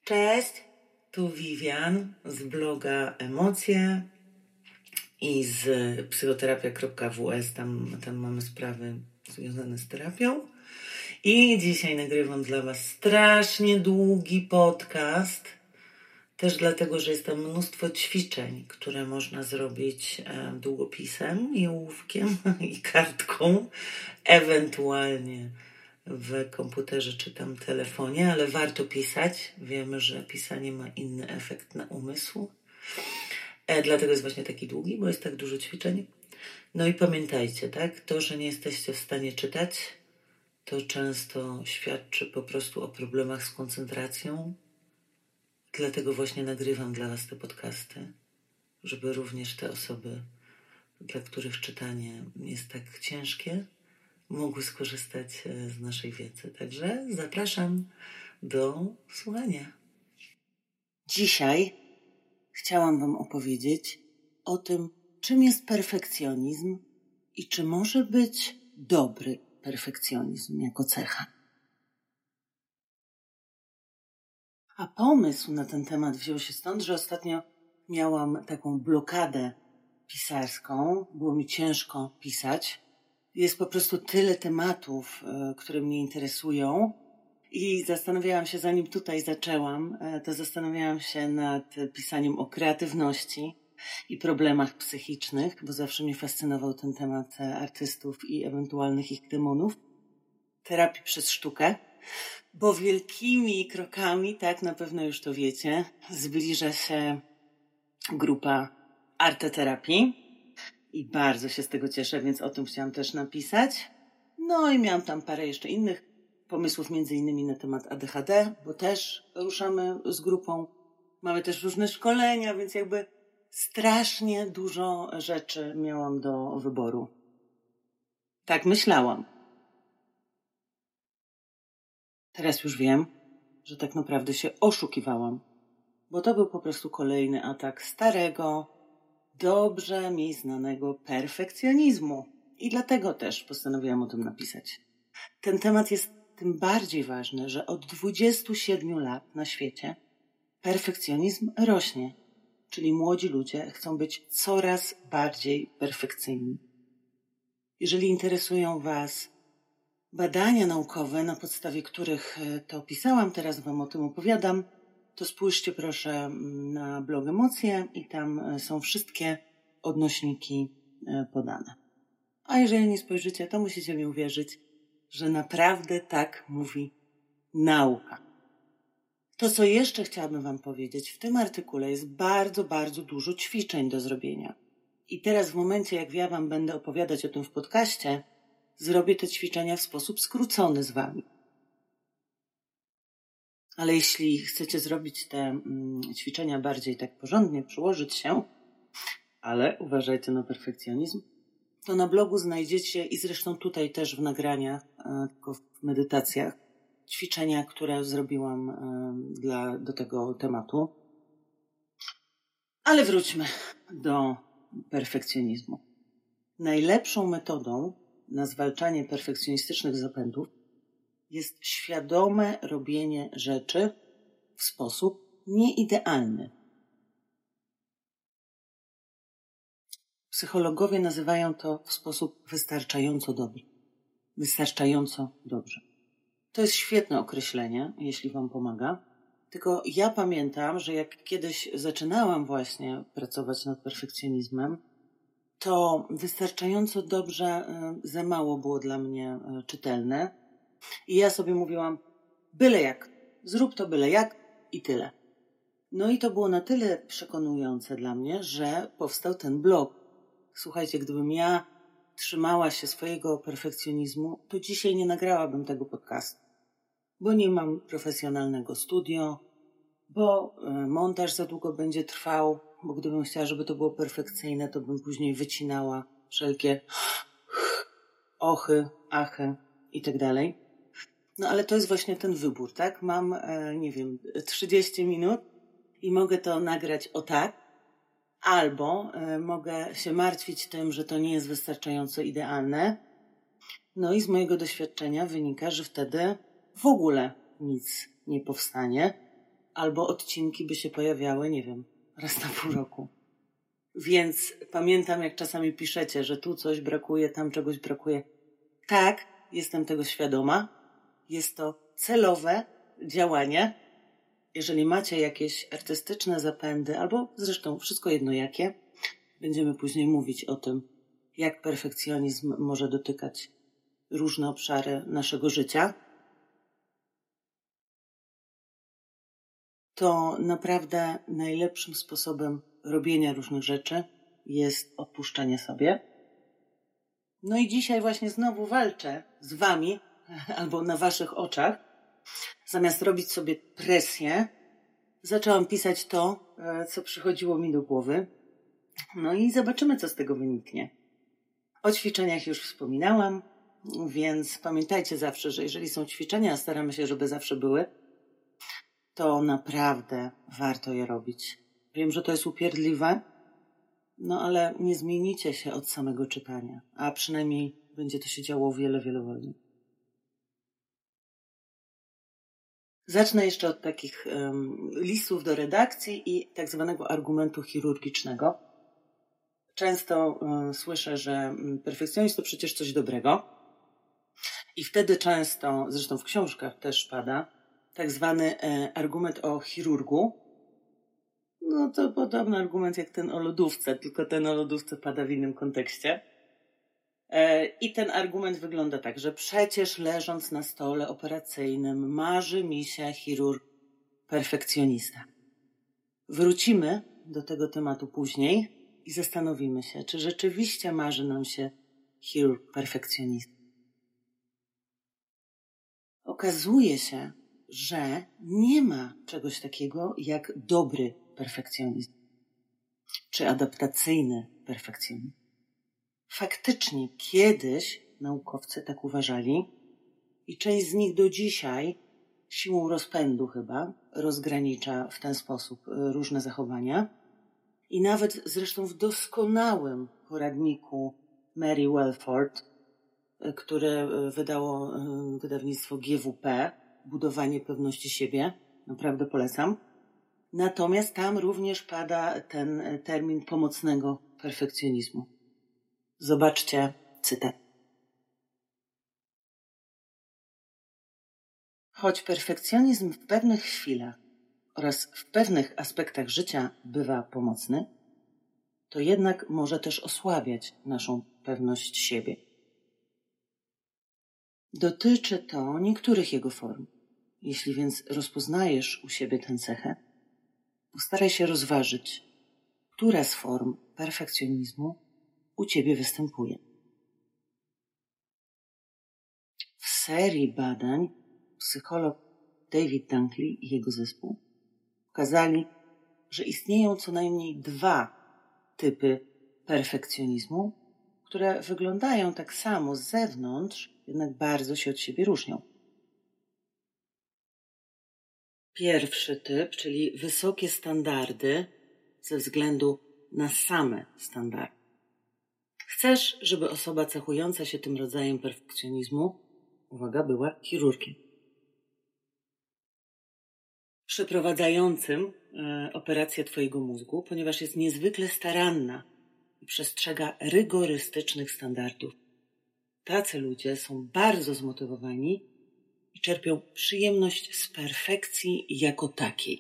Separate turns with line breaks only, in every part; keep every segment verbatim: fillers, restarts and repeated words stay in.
Cześć, tu Vivian z bloga Emocje i z psychoterapia kropka w s, tam, tam mamy sprawy związane z terapią. I dzisiaj nagrywam dla Was strasznie długi podcast, też dlatego, że jest tam mnóstwo ćwiczeń, które można zrobić długopisem i ołówkiem i kartką, ewentualnie w komputerze czy tam telefonie, ale warto pisać. Wiemy, że pisanie ma inny efekt na umysł. E, dlatego jest właśnie taki długi, bo jest tak dużo ćwiczeń. No i pamiętajcie, tak? To, że nie jesteście w stanie czytać, to często świadczy po prostu o problemach z koncentracją. Dlatego właśnie nagrywam dla Was te podcasty, żeby również te osoby, dla których czytanie jest tak ciężkie, mogły skorzystać z naszej wiedzy. Także zapraszam do słuchania. Dzisiaj chciałam Wam opowiedzieć o tym, czym jest perfekcjonizm i czy może być dobry perfekcjonizm jako cecha. A pomysł na ten temat wziął się stąd, że ostatnio miałam taką blokadę pisarską. Było mi ciężko pisać. Jest po prostu tyle tematów, które mnie interesują i zastanawiałam się, zanim tutaj zaczęłam, to zastanawiałam się nad pisaniem o kreatywności i problemach psychicznych, bo zawsze mnie fascynował ten temat artystów i ewentualnych ich demonów. Terapii przez sztukę, bo wielkimi krokami, tak na pewno już to wiecie, zbliża się grupa arteterapii. I bardzo się z tego cieszę, więc o tym chciałam też napisać. No i miałam tam parę jeszcze innych pomysłów, między innymi na temat A D H D, bo też ruszamy z grupą. Mamy też różne szkolenia, więc jakby strasznie dużo rzeczy miałam do wyboru. Tak myślałam. Teraz już wiem, że tak naprawdę się oszukiwałam, bo to był po prostu kolejny atak starego, dobrze mi znanego perfekcjonizmu. I dlatego też postanowiłam o tym napisać. Ten temat jest tym bardziej ważny, że od dwudziestu siedmiu lat na świecie perfekcjonizm rośnie. Czyli młodzi ludzie chcą być coraz bardziej perfekcyjni. Jeżeli interesują Was badania naukowe, na podstawie których to opisałam, teraz Wam o tym opowiadam, to spójrzcie proszę na blog Emocje i tam są wszystkie odnośniki podane. A jeżeli nie spojrzycie, to musicie mi uwierzyć, że naprawdę tak mówi nauka. To, co jeszcze chciałabym Wam powiedzieć, w tym artykule jest bardzo, bardzo dużo ćwiczeń do zrobienia. I teraz w momencie, jak ja Wam będę opowiadać o tym w podcaście, zrobię te ćwiczenia w sposób skrócony z Wami. Ale jeśli chcecie zrobić te mm, ćwiczenia bardziej tak porządnie, przyłożyć się, ale uważajcie na perfekcjonizm, to na blogu znajdziecie i zresztą tutaj też w nagraniach, e, tylko w medytacjach, ćwiczenia, które zrobiłam e, dla, do tego tematu. Ale wróćmy do perfekcjonizmu. Najlepszą metodą na zwalczanie perfekcjonistycznych zapędów jest świadome robienie rzeczy w sposób nieidealny. Psychologowie nazywają to w sposób wystarczająco dobry. Wystarczająco dobrze. To jest świetne określenie, jeśli Wam pomaga. Tylko ja pamiętam, że jak kiedyś zaczynałam właśnie pracować nad perfekcjonizmem, to wystarczająco dobrze za mało było dla mnie czytelne. I ja sobie mówiłam, byle jak, zrób to byle jak i tyle. No i to było na tyle przekonujące dla mnie, że powstał ten blog. Słuchajcie, gdybym ja trzymała się swojego perfekcjonizmu, to dzisiaj nie nagrałabym tego podcastu. Bo nie mam profesjonalnego studio, bo montaż za długo będzie trwał, bo gdybym chciała, żeby to było perfekcyjne, to bym później wycinała wszelkie ochy, achy i tak dalej. No ale to jest właśnie ten wybór, tak? Mam, nie wiem, trzydzieści minut i mogę to nagrać o tak, albo mogę się martwić tym, że to nie jest wystarczająco idealne. No i z mojego doświadczenia wynika, że wtedy w ogóle nic nie powstanie, albo odcinki by się pojawiały, nie wiem, raz na pół roku. Więc pamiętam, jak czasami piszecie, że tu coś brakuje, tam czegoś brakuje. Tak, jestem tego świadoma. Jest to celowe działanie. Jeżeli macie jakieś artystyczne zapędy, albo zresztą wszystko jedno jakie, będziemy później mówić o tym, jak perfekcjonizm może dotykać różne obszary naszego życia, to naprawdę najlepszym sposobem robienia różnych rzeczy jest odpuszczenie sobie. No i dzisiaj właśnie znowu walczę z wami, albo na waszych oczach. Zamiast robić sobie presję, zaczęłam pisać to, co przychodziło mi do głowy. No i zobaczymy, co z tego wyniknie. O ćwiczeniach już wspominałam, więc pamiętajcie zawsze, że jeżeli są ćwiczenia, a staramy się, żeby zawsze były, to naprawdę warto je robić. Wiem, że to jest upierdliwe, no ale nie zmienicie się od samego czytania, a przynajmniej będzie to się działo wiele, wiele wolniej. Zacznę jeszcze od takich um, listów do redakcji i tak zwanego argumentu chirurgicznego. Często um, słyszę, że perfekcjonizm to przecież coś dobrego i wtedy często, zresztą w książkach też pada, tak zwany e, argument o chirurgu. No to podobny argument jak ten o lodówce, tylko ten o lodówce pada w innym kontekście. E, I ten argument wygląda tak, że przecież leżąc na stole operacyjnym marzy mi się chirurg perfekcjonista. Wrócimy do tego tematu później i zastanowimy się, czy rzeczywiście marzy nam się chirurg perfekcjonista. Okazuje się, że nie ma czegoś takiego jak dobry perfekcjonizm czy adaptacyjny perfekcjonizm. Faktycznie kiedyś naukowcy tak uważali i część z nich do dzisiaj siłą rozpędu chyba rozgranicza w ten sposób różne zachowania. I nawet zresztą w doskonałym poradniku Mary Welford, które wydało wydawnictwo G W P, Budowanie pewności siebie, naprawdę polecam. Natomiast tam również pada ten termin pomocnego perfekcjonizmu. Zobaczcie cytat. Choć perfekcjonizm w pewnych chwilach oraz w pewnych aspektach życia bywa pomocny, to jednak może też osłabiać naszą pewność siebie. Dotyczy to niektórych jego form. Jeśli więc rozpoznajesz u siebie tę cechę, postaraj się rozważyć, która z form perfekcjonizmu u ciebie występuje. W serii badań psycholog David Dunkley i jego zespół pokazali, że istnieją co najmniej dwa typy perfekcjonizmu, które wyglądają tak samo z zewnątrz, jednak bardzo się od siebie różnią. Pierwszy typ, czyli wysokie standardy ze względu na same standardy. Chcesz, żeby osoba cechująca się tym rodzajem perfekcjonizmu, uwaga, była chirurgiem. Przeprowadzającym e, operację twojego mózgu, ponieważ jest niezwykle staranna i przestrzega rygorystycznych standardów. Tacy ludzie są bardzo zmotywowani i czerpią przyjemność z perfekcji jako takiej.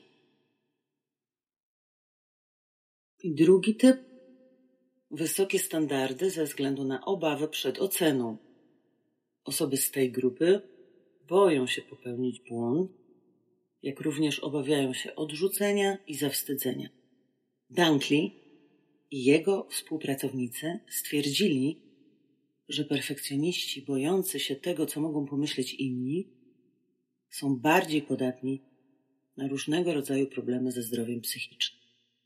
I drugi typ. Wysokie standardy ze względu na obawę przed oceną. Osoby z tej grupy boją się popełnić błąd, jak również obawiają się odrzucenia i zawstydzenia. Dunkley i jego współpracownicy stwierdzili, że perfekcjoniści bojący się tego, co mogą pomyśleć inni, są bardziej podatni na różnego rodzaju problemy ze zdrowiem psychicznym.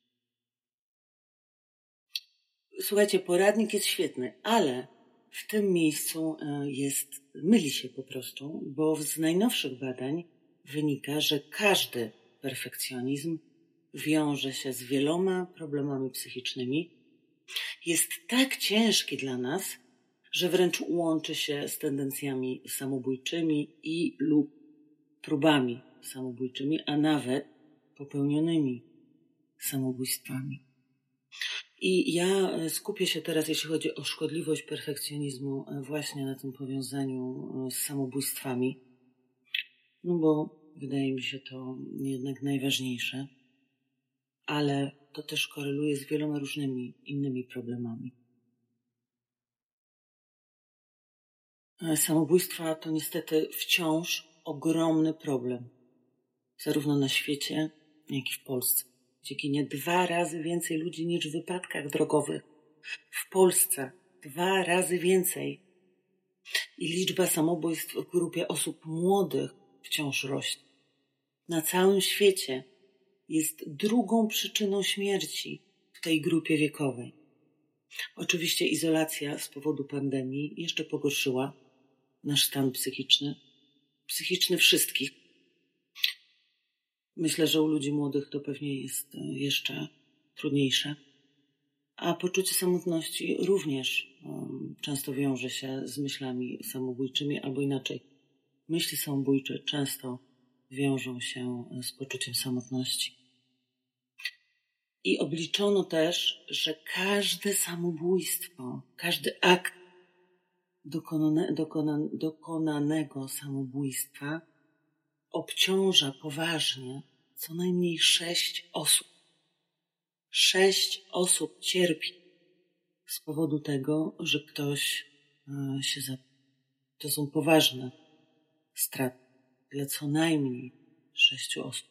Słuchajcie, poradnik jest świetny, ale w tym miejscu jest, myli się po prostu, bo z najnowszych badań wynika, że każdy perfekcjonizm wiąże się z wieloma problemami psychicznymi, jest tak ciężki dla nas, że wręcz łączy się z tendencjami samobójczymi i lub próbami samobójczymi, a nawet popełnionymi samobójstwami. I ja skupię się teraz, jeśli chodzi o szkodliwość perfekcjonizmu, właśnie na tym powiązaniu z samobójstwami, no bo wydaje mi się to jednak najważniejsze, ale to też koreluje z wieloma różnymi innymi problemami. Samobójstwa to niestety wciąż ogromny problem, zarówno na świecie, jak i w Polsce, gdzie ginie dwa razy więcej ludzi niż w wypadkach drogowych. W Polsce dwa razy więcej. I liczba samobójstw w grupie osób młodych wciąż rośnie. Na całym świecie jest drugą przyczyną śmierci w tej grupie wiekowej. Oczywiście izolacja z powodu pandemii jeszcze pogorszyła nasz stan psychiczny, psychiczny wszystkich. Myślę, że u ludzi młodych to pewnie jest jeszcze trudniejsze. A poczucie samotności również um, często wiąże się z myślami samobójczymi, albo inaczej. Myśli samobójcze często wiążą się z poczuciem samotności. I obliczono też, że każde samobójstwo, każdy akt dokonane, dokona, dokonanego samobójstwa obciąża poważnie co najmniej sześć osób. Sześć osób cierpi z powodu tego, że ktoś się zabił. To są poważne straty dla co najmniej sześciu osób.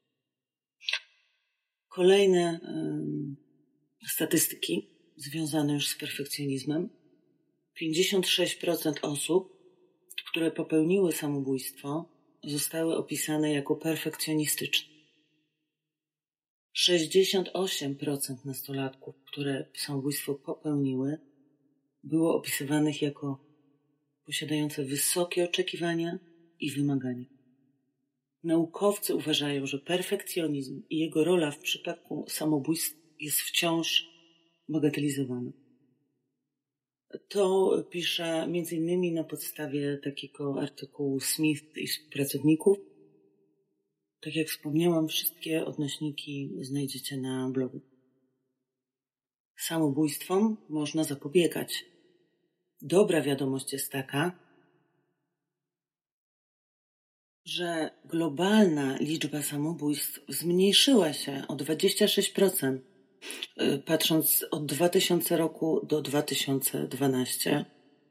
Kolejne um, statystyki związane już z perfekcjonizmem. pięćdziesiąt sześć procent osób, które popełniły samobójstwo, zostały opisane jako perfekcjonistyczne. sześćdziesiąt osiem procent nastolatków, które samobójstwo popełniły, było opisywanych jako posiadające wysokie oczekiwania i wymagania. Naukowcy uważają, że perfekcjonizm i jego rola w przypadku samobójstw jest wciąż bagatelizowana. To pisze między innymi na podstawie takiego artykułu Smith i współpracowników. Tak jak wspomniałam, wszystkie odnośniki znajdziecie na blogu. Samobójstwom można zapobiegać. Dobra wiadomość jest taka, że globalna liczba samobójstw zmniejszyła się o dwadzieścia sześć procent, patrząc od dwa tysiące roku do dwa tysiące dwunastego.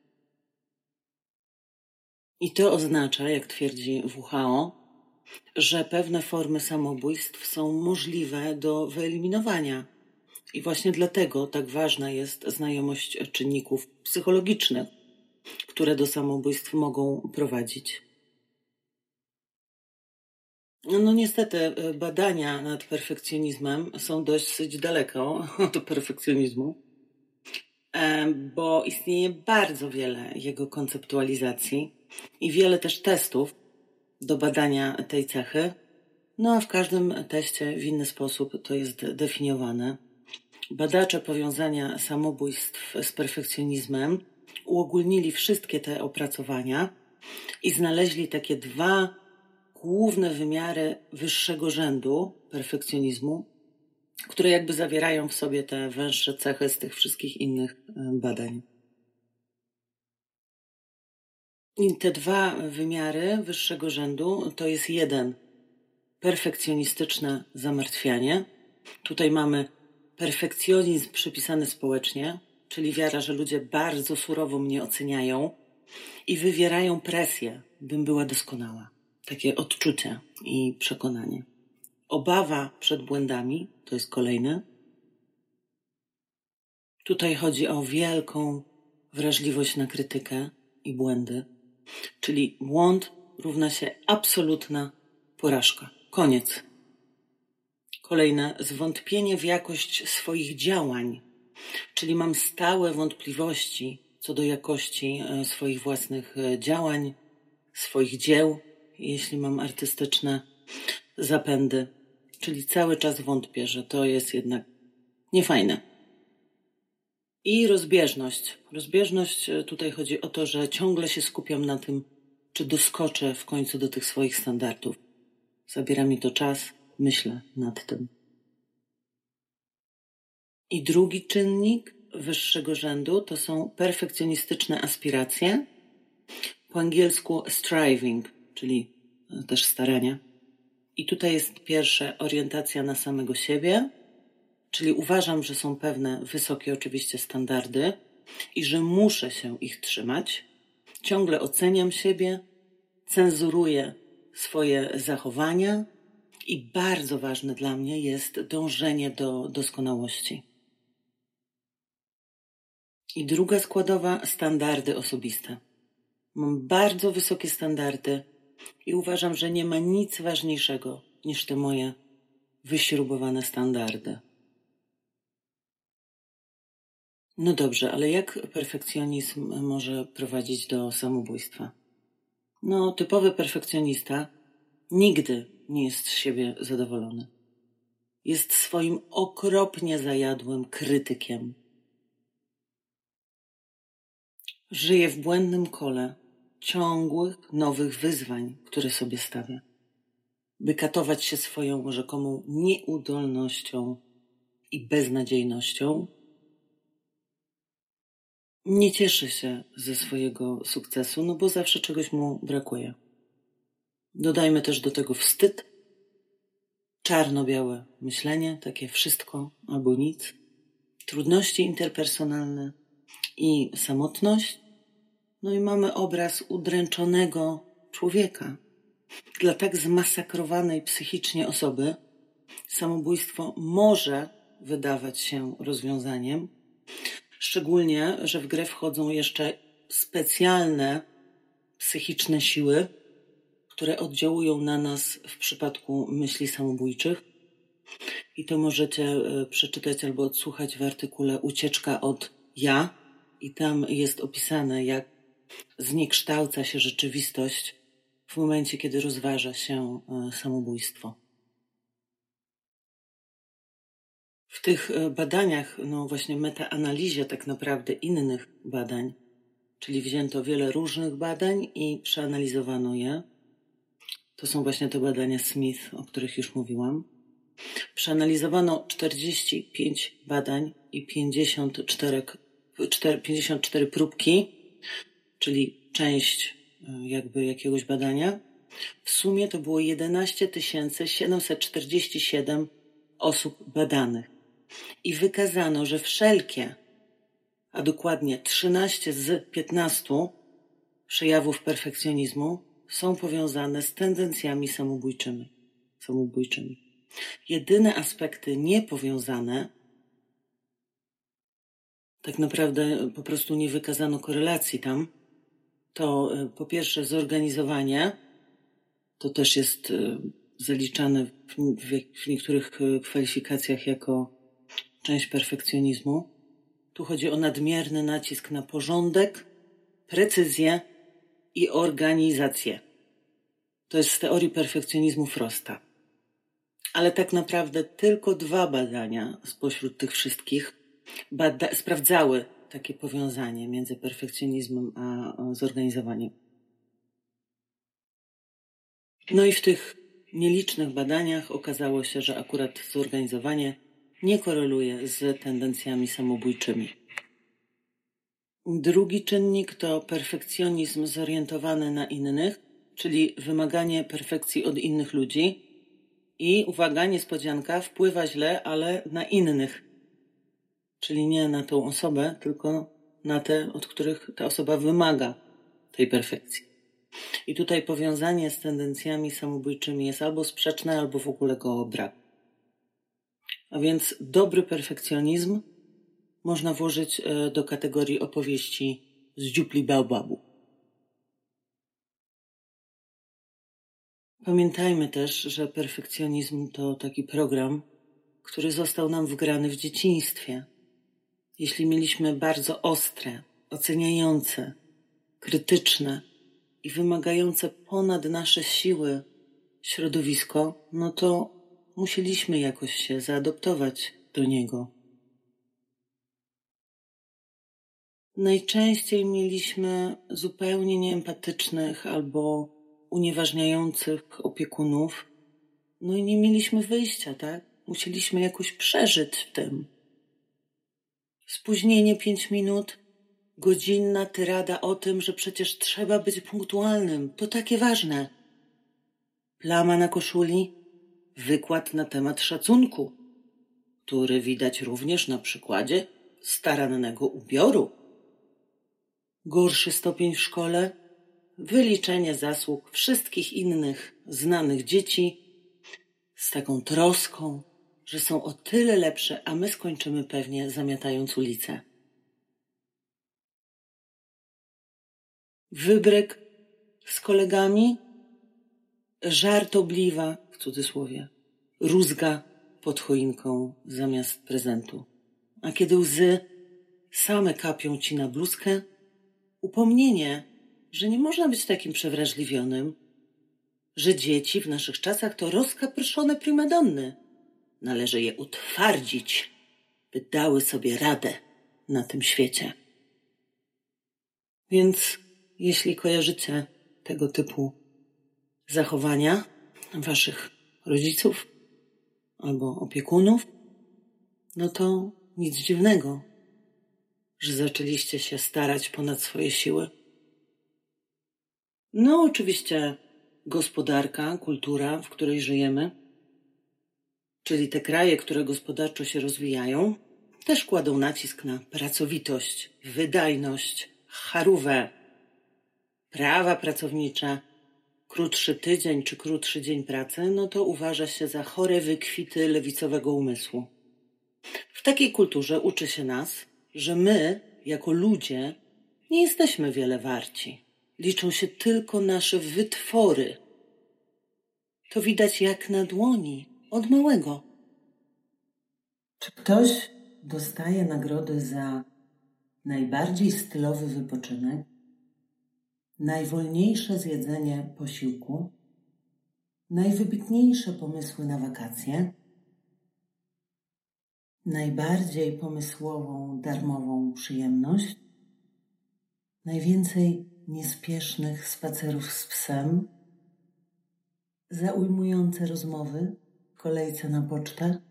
I to oznacza, jak twierdzi W H O, że pewne formy samobójstw są możliwe do wyeliminowania. I właśnie dlatego tak ważna jest znajomość czynników psychologicznych, które do samobójstw mogą prowadzić. No niestety badania nad perfekcjonizmem są dosyć daleko od perfekcjonizmu, bo istnieje bardzo wiele jego konceptualizacji i wiele też testów do badania tej cechy, no a w każdym teście w inny sposób to jest definiowane. Badacze powiązania samobójstw z perfekcjonizmem uogólnili wszystkie te opracowania i znaleźli takie dwa główne wymiary wyższego rzędu perfekcjonizmu, które jakby zawierają w sobie te węższe cechy z tych wszystkich innych badań. I te dwa wymiary wyższego rzędu to jest jeden, perfekcjonistyczne zamartwianie. Tutaj mamy perfekcjonizm przypisany społecznie, czyli wiara, że ludzie bardzo surowo mnie oceniają i wywierają presję, bym była doskonała. Takie odczucie i przekonanie. Obawa przed błędami to jest kolejne. Tutaj chodzi o wielką wrażliwość na krytykę i błędy, czyli błąd równa się absolutna porażka. Koniec. Kolejne, zwątpienie w jakość swoich działań, czyli mam stałe wątpliwości co do jakości swoich własnych działań, swoich dzieł, jeśli mam artystyczne zapędy, czyli cały czas wątpię, że to jest jednak niefajne. I rozbieżność. Rozbieżność, tutaj chodzi o to, że ciągle się skupiam na tym, czy doskoczę w końcu do tych swoich standardów. Zabiera mi to czas myślę nad tym. I drugi czynnik wyższego rzędu to są perfekcjonistyczne aspiracje, po angielsku striving, czyli też starania. I tutaj jest pierwsze orientacja na samego siebie, czyli uważam, że są pewne wysokie oczywiście standardy i że muszę się ich trzymać. Ciągle oceniam siebie, cenzuruję swoje zachowania i bardzo ważne dla mnie jest dążenie do doskonałości. I druga składowa, standardy osobiste. Mam bardzo wysokie standardy i uważam, że nie ma nic ważniejszego niż te moje wyśrubowane standardy. No dobrze, ale jak perfekcjonizm może prowadzić do samobójstwa? No, typowy perfekcjonista nigdy nie jest z siebie zadowolony. Jest swoim okropnie zajadłym krytykiem. Żyje w błędnym kole ciągłych, nowych wyzwań, które sobie stawia, by katować się swoją rzekomą nieudolnością i beznadziejnością. Nie cieszy się ze swojego sukcesu, no bo zawsze czegoś mu brakuje. Dodajmy też do tego wstyd, czarno-białe myślenie, takie wszystko albo nic, trudności interpersonalne i samotność. No i mamy obraz udręczonego człowieka. Dla tak zmasakrowanej psychicznie osoby samobójstwo może wydawać się rozwiązaniem, szczególnie, że w grę wchodzą jeszcze specjalne psychiczne siły, które oddziałują na nas w przypadku myśli samobójczych. I to możecie przeczytać albo odsłuchać w artykule Ucieczka od ja. I tam jest opisane, jak zniekształca się rzeczywistość w momencie, kiedy rozważa się samobójstwo. W tych badaniach, no właśnie metaanalizie tak naprawdę innych badań, czyli wzięto wiele różnych badań i przeanalizowano je. To są właśnie te badania Smith, o których już mówiłam. Przeanalizowano czterdzieści pięć badań i pięćdziesiąt cztery, pięćdziesiąt cztery próbki, czyli część jakby jakiegoś badania. W sumie to było jedenaście tysięcy siedemset czterdzieści siedem osób badanych. I wykazano, że wszelkie, a dokładnie trzynaście z piętnastu przejawów perfekcjonizmu są powiązane z tendencjami samobójczymi. samobójczymi. Jedyne aspekty niepowiązane, tak naprawdę po prostu nie wykazano korelacji tam, to po pierwsze zorganizowanie, to też jest zaliczane w niektórych kwalifikacjach jako część perfekcjonizmu. Tu chodzi o nadmierny nacisk na porządek, precyzję i organizację. To jest z teorii perfekcjonizmu Frosta. Ale tak naprawdę tylko dwa badania spośród tych wszystkich bada- sprawdzały takie powiązanie między perfekcjonizmem a zorganizowaniem. No i w tych nielicznych badaniach okazało się, że akurat zorganizowanie nie koreluje z tendencjami samobójczymi. Drugi czynnik to perfekcjonizm zorientowany na innych, czyli wymaganie perfekcji od innych ludzi i, uwaga, niespodzianka, wpływa źle, ale na innych. Czyli nie na tą osobę, tylko na te, od których ta osoba wymaga tej perfekcji. I tutaj powiązanie z tendencjami samobójczymi jest albo sprzeczne, albo w ogóle go brak. A więc dobry perfekcjonizm można włożyć do kategorii opowieści z dziupli baobabu. Pamiętajmy też, że perfekcjonizm to taki program, który został nam wgrany w dzieciństwie. Jeśli mieliśmy bardzo ostre, oceniające, krytyczne i wymagające ponad nasze siły środowisko, no to musieliśmy jakoś się zaadoptować do niego. Najczęściej mieliśmy zupełnie nieempatycznych albo unieważniających opiekunów, No i nie mieliśmy wyjścia, tak? Musieliśmy jakoś przeżyć w tym. Spóźnienie pięć minut, godzinna tyrada o tym, że przecież trzeba być punktualnym. To takie ważne. Plama na koszuli, wykład na temat szacunku, który widać również na przykładzie starannego ubioru. Gorszy stopień w szkole, wyliczenie zasług wszystkich innych znanych dzieci z taką troską, że są o tyle lepsze, a my skończymy pewnie zamiatając ulicę. Wybryk z kolegami, żartobliwa, w cudzysłowie, rózga pod choinką zamiast prezentu. A kiedy łzy same kapią ci na bluzkę, upomnienie, że nie można być takim przewrażliwionym, że dzieci w naszych czasach to rozkapryszone primadonny. Należy je utwardzić, by dały sobie radę na tym świecie. Więc jeśli kojarzycie tego typu zachowania waszych rodziców albo opiekunów, no to nic dziwnego, że zaczęliście się starać ponad swoje siły. No oczywiście gospodarka, kultura, w której żyjemy, czyli te kraje, które gospodarczo się rozwijają, też kładą nacisk na pracowitość, wydajność, charówę, prawa pracownicze. Krótszy tydzień czy krótszy dzień pracy, no to uważa się za chore wykwity lewicowego umysłu. W takiej kulturze uczy się nas, że my, jako ludzie, nie jesteśmy wiele warci. Liczą się tylko nasze wytwory. To widać jak na dłoni, od małego. Czy ktoś dostaje nagrody za najbardziej stylowy wypoczynek, najwolniejsze zjedzenie posiłku, najwybitniejsze pomysły na wakacje, najbardziej pomysłową, darmową przyjemność, najwięcej niespiesznych spacerów z psem, za ujmujące rozmowy w kolejce na pocztę?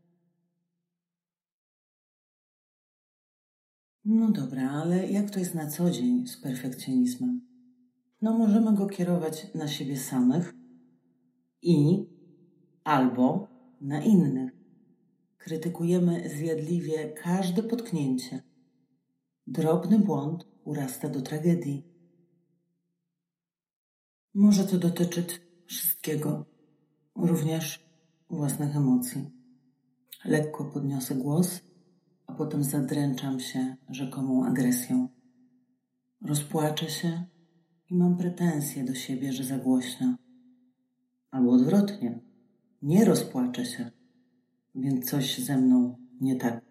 No dobra, ale jak to jest na co dzień z perfekcjonizmem? No możemy go kierować na siebie samych i albo na innych. Krytykujemy zjadliwie każde potknięcie. Drobny błąd urasta do tragedii. Może to dotyczyć wszystkiego, również własnych emocji. Lekko podniosę głos, a potem zadręczam się rzekomą agresją. Rozpłaczę się i mam pretensje do siebie, że za głośno. Albo odwrotnie, nie rozpłaczę się, więc coś ze mną nie tak.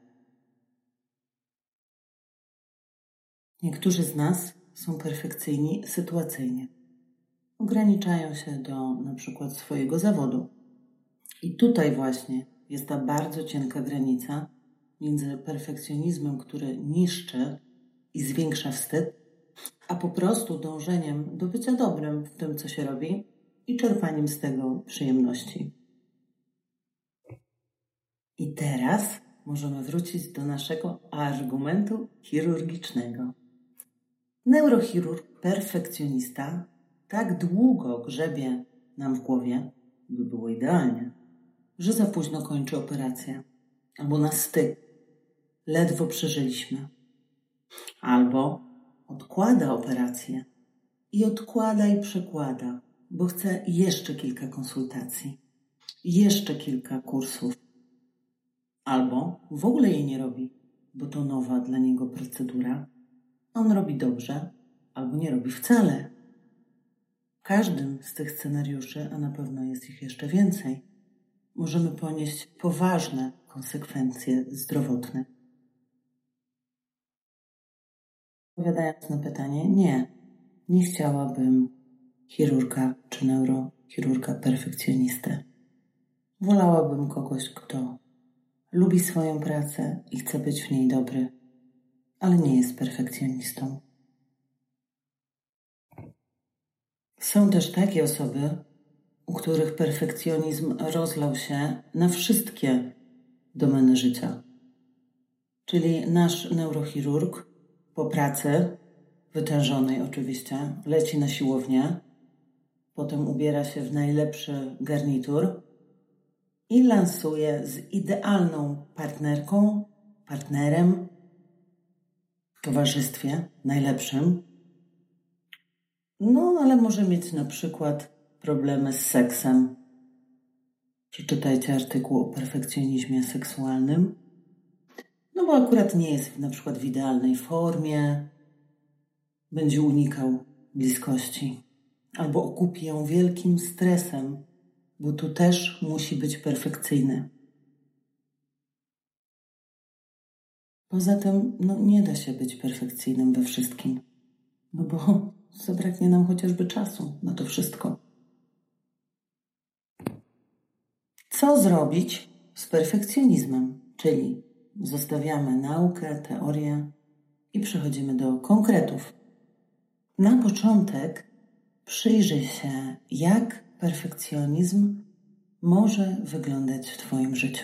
Niektórzy z nas są perfekcyjni sytuacyjnie. Ograniczają się do na przykład swojego zawodu. I tutaj właśnie jest ta bardzo cienka granica między perfekcjonizmem, który niszczy i zwiększa wstyd, a po prostu dążeniem do bycia dobrym w tym, co się robi i czerpaniem z tego przyjemności. I teraz możemy wrócić do naszego argumentu chirurgicznego. Neurochirurg perfekcjonista tak długo grzebie nam w głowie, by było idealnie, że za późno kończy operację. Albo na styk. Ledwo przeżyliśmy. Albo odkłada operację. I odkłada i przekłada, bo chce jeszcze kilka konsultacji. Jeszcze kilka kursów. Albo w ogóle jej nie robi, bo to nowa dla niego procedura. On robi dobrze, albo nie robi wcale. W każdym z tych scenariuszy, a na pewno jest ich jeszcze więcej, możemy ponieść poważne konsekwencje zdrowotne. Odpowiadając na pytanie, nie, nie chciałabym chirurga czy neurochirurga perfekcjonistę. Wolałabym kogoś, kto lubi swoją pracę i chce być w niej dobry, ale nie jest perfekcjonistą. Są też takie osoby u których perfekcjonizm rozlał się na wszystkie domeny życia. Czyli nasz neurochirurg po pracy, wytężonej oczywiście, leci na siłownię, potem ubiera się w najlepszy garnitur i lansuje z idealną partnerką, partnerem w towarzystwie najlepszym. No, ale może mieć na przykład problemy z seksem. Przeczytajcie artykuł o perfekcjonizmie seksualnym. No bo akurat nie jest na przykład w idealnej formie, będzie unikał bliskości albo okupi ją wielkim stresem, bo tu też musi być perfekcyjny. Poza tym no, nie da się być perfekcyjnym we wszystkim, no bo zabraknie nam chociażby czasu na to wszystko. Co zrobić z perfekcjonizmem? Czyli zostawiamy naukę, teorię i przechodzimy do konkretów. Na początek przyjrzyj się, jak perfekcjonizm może wyglądać w Twoim życiu.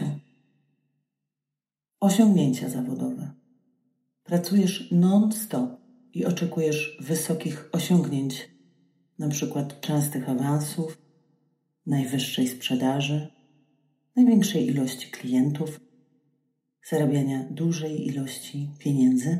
Osiągnięcia zawodowe. Pracujesz non-stop i oczekujesz wysokich osiągnięć, na przykład częstych awansów, najwyższej sprzedaży, największej ilości klientów, zarabiania dużej ilości pieniędzy.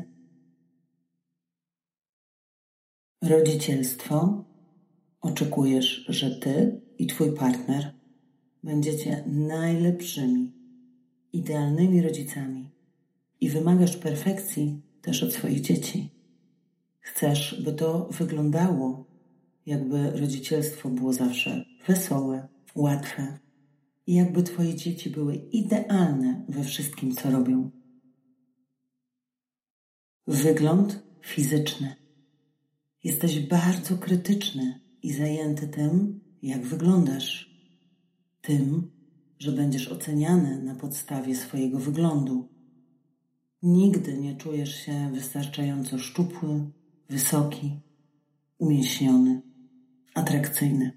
Rodzicielstwo. Oczekujesz, że Ty i Twój partner będziecie najlepszymi, idealnymi rodzicami i wymagasz perfekcji też od swoich dzieci. Chcesz, by to wyglądało, jakby rodzicielstwo było zawsze wesołe, łatwe i jakby Twoje dzieci były idealne we wszystkim, co robią. Wygląd fizyczny. Jesteś bardzo krytyczny i zajęty tym, jak wyglądasz. Tym, że będziesz oceniany na podstawie swojego wyglądu. Nigdy nie czujesz się wystarczająco szczupły, wysoki, umięśniony, atrakcyjny.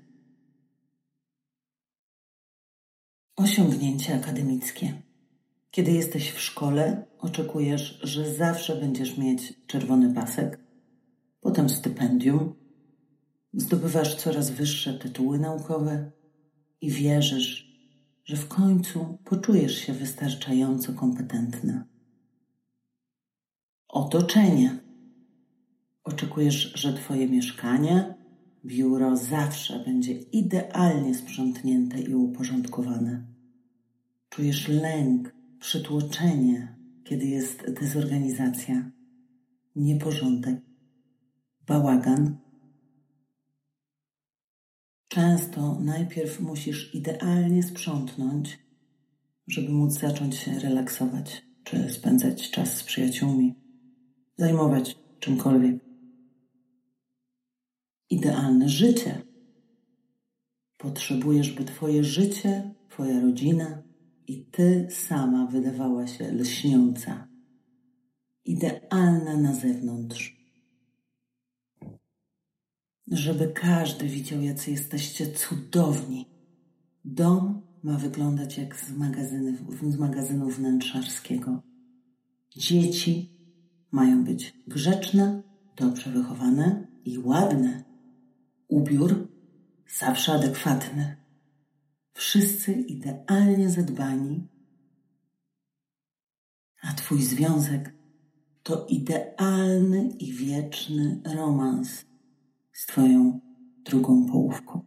Osiągnięcia akademickie. Kiedy jesteś w szkole, oczekujesz, że zawsze będziesz mieć czerwony pasek, potem stypendium, zdobywasz coraz wyższe tytuły naukowe i wierzysz, że w końcu poczujesz się wystarczająco kompetentny. Otoczenie. Oczekujesz, że Twoje mieszkanie, biuro zawsze będzie idealnie sprzątnięte i uporządkowane. Czujesz lęk, przytłoczenie, kiedy jest dezorganizacja, nieporządek, bałagan. Często najpierw musisz idealnie sprzątnąć, żeby móc zacząć się relaksować, czy spędzać czas z przyjaciółmi, zajmować czymkolwiek. Idealne życie. Potrzebujesz, by Twoje życie, Twoja rodzina i Ty sama wydawała się lśniąca. Idealna na zewnątrz. Żeby każdy widział, jacy jesteście cudowni. Dom ma wyglądać jak z, magazyny, z magazynu wnętrzarskiego. Dzieci mają być grzeczne, dobrze wychowane i ładne. Ubiór zawsze adekwatny. Wszyscy idealnie zadbani. A Twój związek to idealny i wieczny romans z Twoją drugą połówką.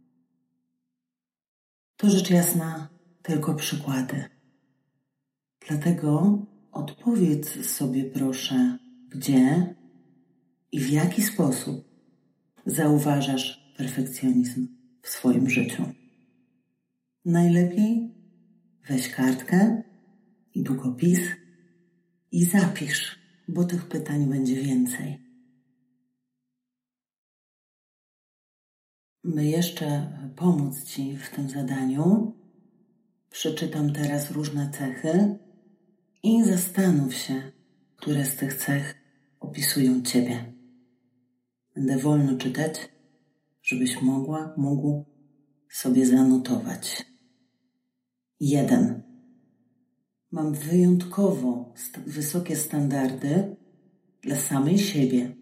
To rzecz jasna tylko przykłady. Dlatego odpowiedz sobie proszę, gdzie i w jaki sposób zauważasz perfekcjonizm w swoim życiu. Najlepiej weź kartkę i długopis i zapisz, bo tych pytań będzie więcej. By jeszcze pomóc Ci w tym zadaniu, przeczytam teraz różne cechy i zastanów się, które z tych cech opisują Ciebie. Będę wolno czytać, żebyś mogła, mógł
sobie zanotować. Jeden. Mam wyjątkowo st- wysokie standardy dla samej siebie.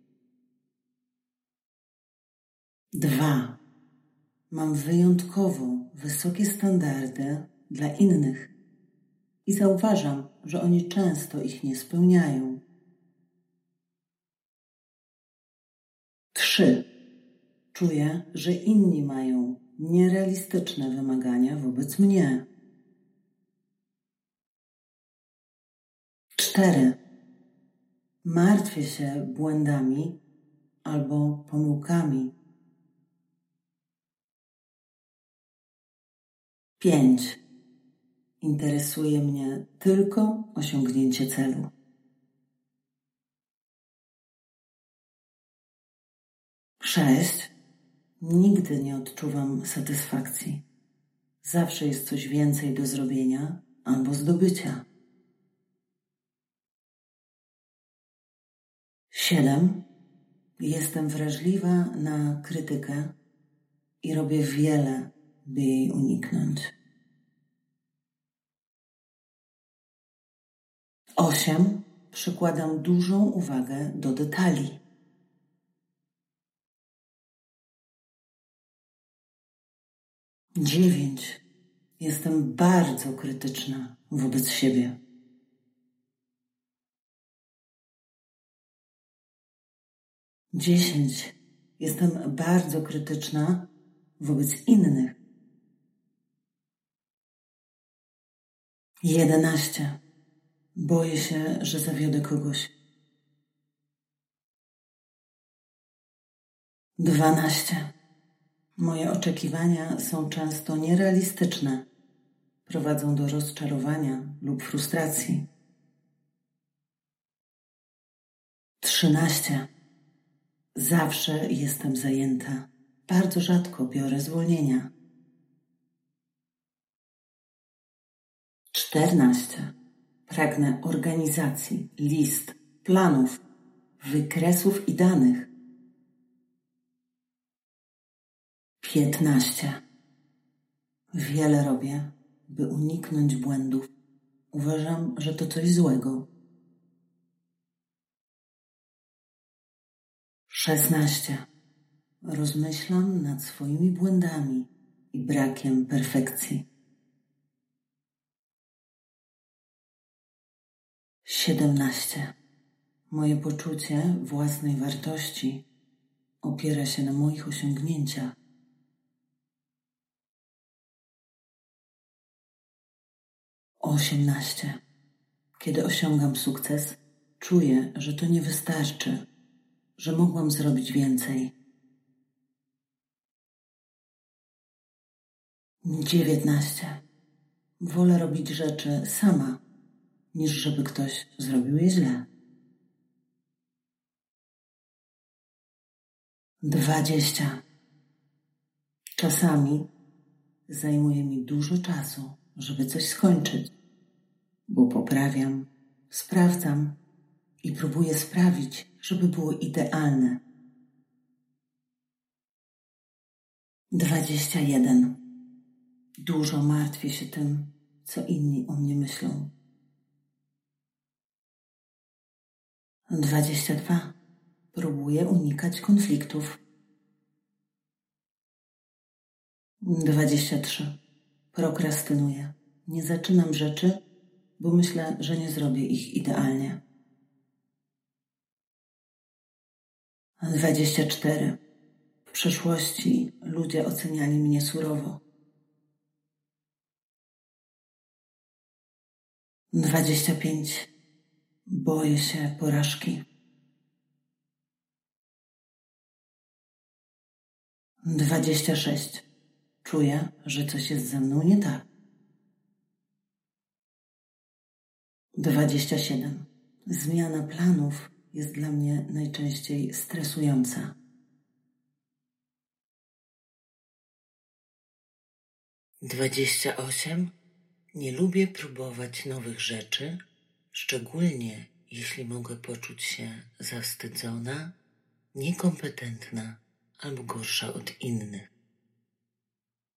Dwa. Mam wyjątkowo wysokie standardy dla innych i zauważam, że oni często ich nie spełniają. Trzy. Czuję, że inni mają nierealistyczne wymagania wobec mnie. Cztery. Martwię się błędami albo pomyłkami. Pięć. Interesuje mnie tylko osiągnięcie celu. Sześć. Nigdy nie odczuwam satysfakcji. Zawsze jest coś więcej do zrobienia albo zdobycia. Siedem. Jestem wrażliwa na krytykę i robię wiele, by jej uniknąć. Osiem. Przykładam dużą uwagę do detali. Dziewięć. Jestem bardzo krytyczna wobec siebie. Dziesięć. Jestem bardzo krytyczna wobec innych. Jedenaście. Boję się, że zawiodę kogoś. Dwanaście. Moje oczekiwania są często nierealistyczne. Prowadzą do rozczarowania lub frustracji. Trzynaście. Zawsze jestem zajęta. Bardzo rzadko biorę zwolnienia. Czternaście. Pragnę organizacji, list, planów, wykresów i danych. Piętnaście. Wiele robię, by uniknąć błędów. Uważam, że to coś złego. Szesnaście. Rozmyślam nad swoimi błędami i brakiem perfekcji. Siedemnaście. Moje poczucie własnej wartości opiera się na moich osiągnięciach. Osiemnaście. Kiedy osiągam sukces, czuję, że to nie wystarczy, że mogłam zrobić więcej. Dziewiętnaście. Wolę robić rzeczy sama, niż żeby ktoś zrobił je źle. Dwadzieścia. Czasami zajmuje mi dużo czasu, żeby coś skończyć, bo poprawiam, sprawdzam i próbuję sprawić, żeby było idealne. Dwadzieścia jeden. Dużo martwię się tym, co inni o mnie myślą. Dwadzieścia dwa. Próbuję unikać konfliktów. Dwadzieścia trzy. Prokrastynuję. Nie zaczynam rzeczy, bo myślę, że nie zrobię ich idealnie. Dwadzieścia cztery. W przeszłości ludzie oceniali mnie surowo. Dwadzieścia pięć. Boję się porażki. Dwadzieścia sześć. Czuję, że coś jest ze mną nie tak. Dwadzieścia siedem. Zmiana planów jest dla mnie najczęściej stresująca.
Dwadzieścia osiem. Nie lubię próbować nowych rzeczy, szczególnie jeśli mogę poczuć się zawstydzona, niekompetentna albo gorsza od innych.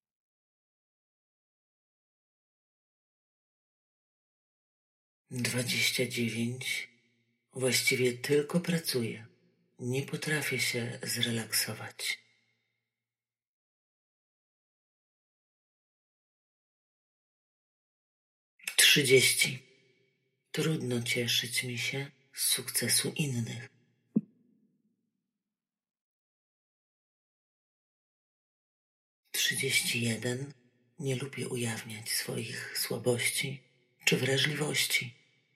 dwadzieścia dziewięć. Właściwie tylko pracuję. Nie potrafię się zrelaksować. trzydzieści. Trudno cieszyć mi się z sukcesu innych. trzydzieści jeden. Nie lubię ujawniać swoich słabości czy wrażliwości.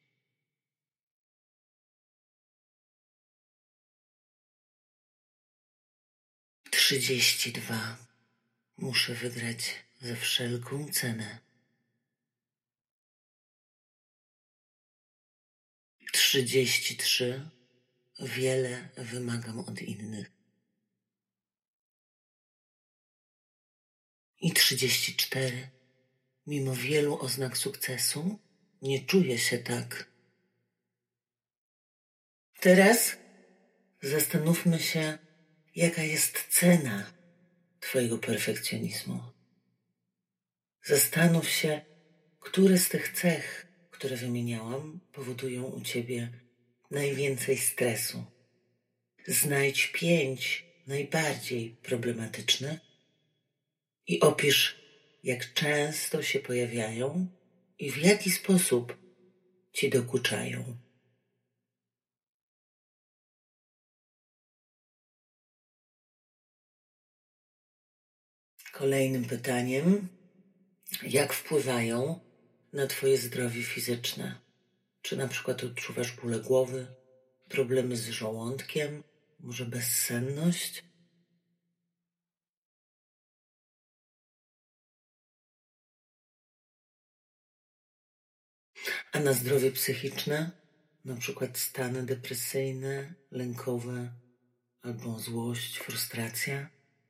trzydzieści dwa. Muszę wygrać za wszelką cenę. trzydzieści trzy. Wiele wymagam od innych. I trzydzieści cztery. Mimo wielu oznak sukcesu, nie czuję się tak. Teraz zastanówmy się, jaka jest cena twojego perfekcjonizmu. Zastanów się, które z tych cech, które wymieniałam, powodują u ciebie najwięcej stresu. Znajdź pięć najbardziej problematycznych i opisz, jak często się pojawiają i w jaki sposób ci dokuczają. Kolejnym pytaniem, jak wpływają na twoje zdrowie fizyczne? Czy na przykład odczuwasz bóle głowy, problemy z żołądkiem, może bezsenność? A na zdrowie psychiczne? Na przykład stany depresyjne, lękowe, albo złość, frustracja?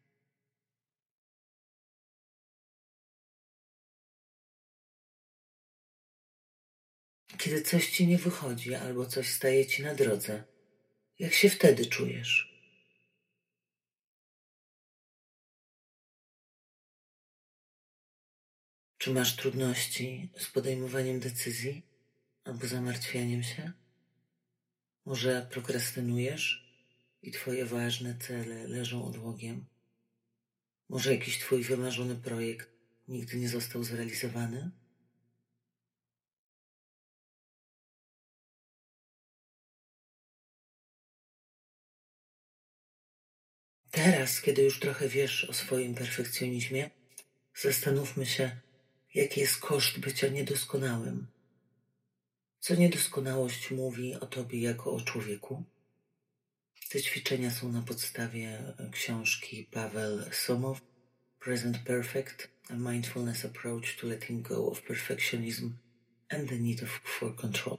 Kiedy coś ci nie wychodzi, albo coś staje ci na drodze, jak się wtedy czujesz? Czy masz trudności z podejmowaniem decyzji albo zamartwianiem się? Może prokrastynujesz i twoje ważne cele leżą odłogiem? Może jakiś twój wymarzony projekt nigdy nie został zrealizowany? Teraz, kiedy już trochę wiesz o swoim perfekcjonizmie, zastanówmy się, jaki jest koszt bycia niedoskonałym. Co niedoskonałość mówi o tobie jako o człowieku? Te ćwiczenia są na podstawie książki Paweł Somow, Present Perfect, a Mindfulness Approach to Letting Go of Perfectionism and the Need of, for Control.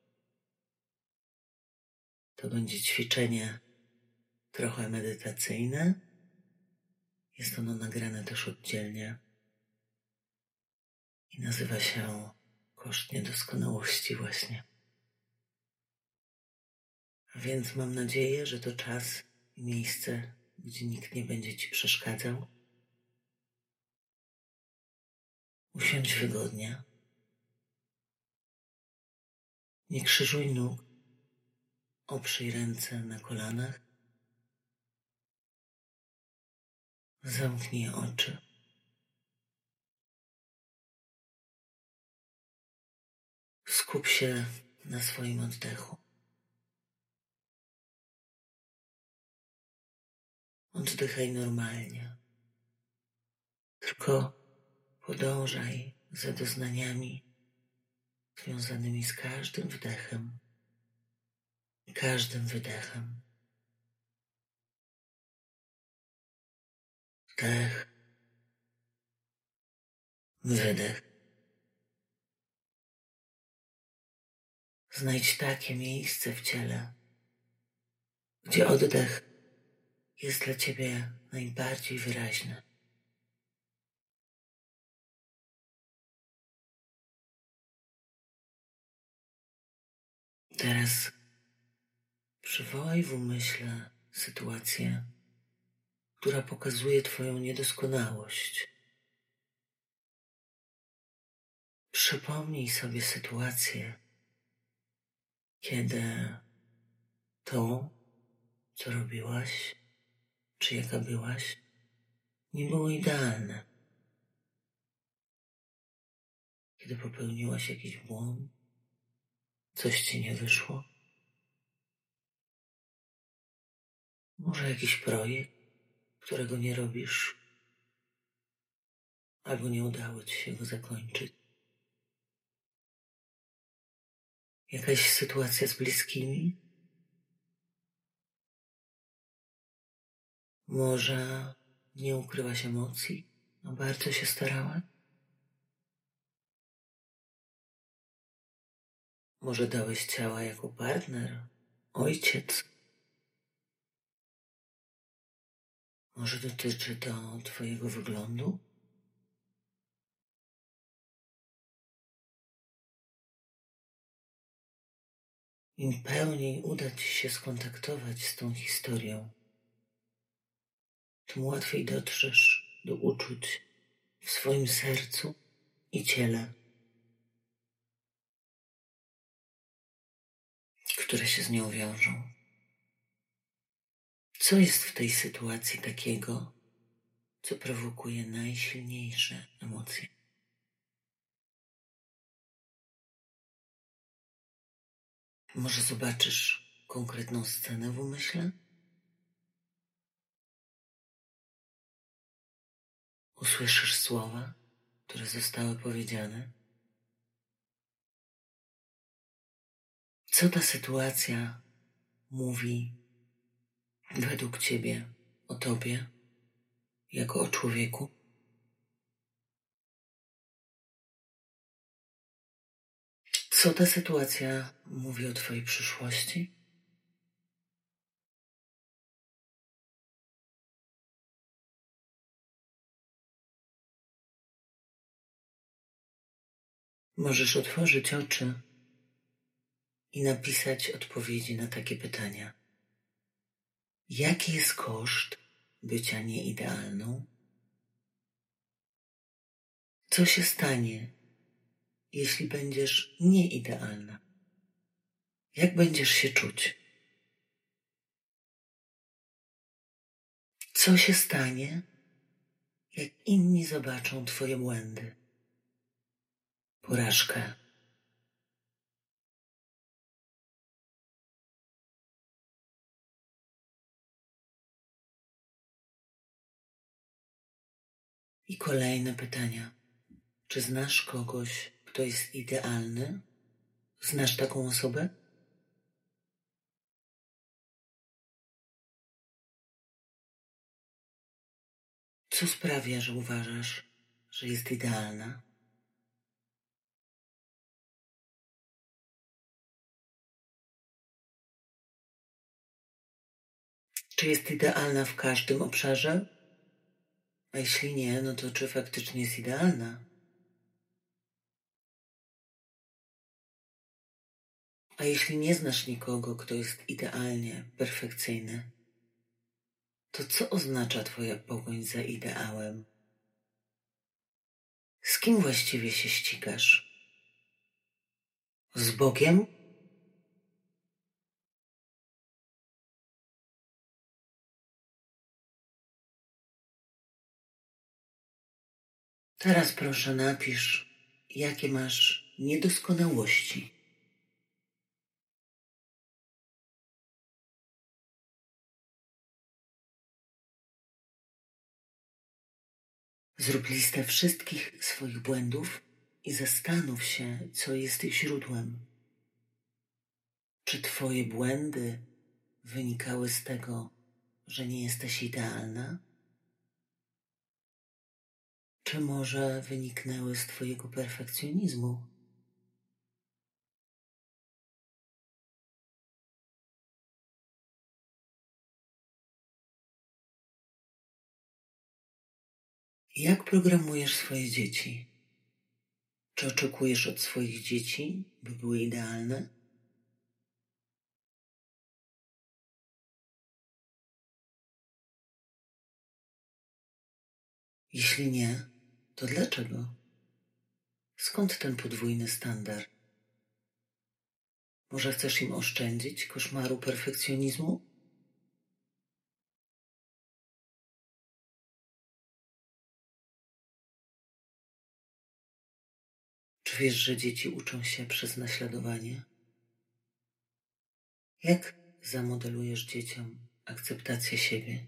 To będzie ćwiczenie trochę medytacyjne. Jest ono nagrane też oddzielnie i nazywa się Koszt Niedoskonałości właśnie. A więc mam nadzieję, że to czas i miejsce, gdzie nikt nie będzie ci przeszkadzał. Usiądź wygodnie. Nie krzyżuj nóg. Oprzyj ręce na kolanach. Zamknij oczy. Skup się na swoim oddechu. Oddychaj normalnie. Tylko podążaj za doznaniami związanymi z każdym wdechem i każdym wydechem. Wdech, wydech. Znajdź takie miejsce w ciele, gdzie oddech jest dla ciebie najbardziej wyraźny. Teraz przywołaj w umyśle sytuację, która pokazuje twoją niedoskonałość. Przypomnij sobie sytuację, kiedy to, co robiłaś, czy jaka byłaś, nie było idealne. Kiedy popełniłaś jakiś błąd, coś ci nie wyszło, może jakiś projekt, którego nie robisz, albo nie udało ci się go zakończyć. Jakaś sytuacja z bliskimi, może nie ukryłaś emocji, a bardzo się starałaś. Może dałeś ciała jako partner, ojciec. Może dotyczy to twojego wyglądu? Im pełniej uda ci się skontaktować z tą historią, tym łatwiej dotrzesz do uczuć w swoim sercu i ciele, które się z nią wiążą. Co jest w tej sytuacji takiego, co prowokuje najsilniejsze emocje? Może zobaczysz konkretną scenę w umyśle? Usłyszysz słowa, które zostały powiedziane? Co ta sytuacja mówi według ciebie o tobie, jako o człowieku? Co ta sytuacja mówi o twojej przyszłości? Możesz otworzyć oczy i napisać odpowiedzi na takie pytania. Jaki jest koszt bycia nieidealną? Co się stanie, jeśli będziesz nieidealna? Jak będziesz się czuć? Co się stanie, jak inni zobaczą twoje błędy, porażkę? I kolejne pytania. Czy znasz kogoś, kto jest idealny? Znasz taką osobę? Co sprawia, że uważasz, że jest idealna? Czy jest idealna w każdym obszarze? A jeśli nie, no to czy faktycznie jest idealna? A jeśli nie znasz nikogo, kto jest idealnie perfekcyjny, to co oznacza twoja pogoń za ideałem? Z kim właściwie się ścigasz? Z Bogiem? Teraz proszę napisz, jakie masz niedoskonałości. Zrób listę wszystkich swoich błędów i zastanów się, co jest ich źródłem. Czy twoje błędy wynikały z tego, że nie jesteś idealna? Czy może wyniknęły z twojego perfekcjonizmu? Jak programujesz swoje dzieci? Czy oczekujesz od swoich dzieci, by były idealne? Jeśli nie, to dlaczego? Skąd ten podwójny standard? Może chcesz im oszczędzić koszmaru perfekcjonizmu? Czy wiesz, że dzieci uczą się przez naśladowanie? Jak zamodelujesz dzieciom akceptację siebie,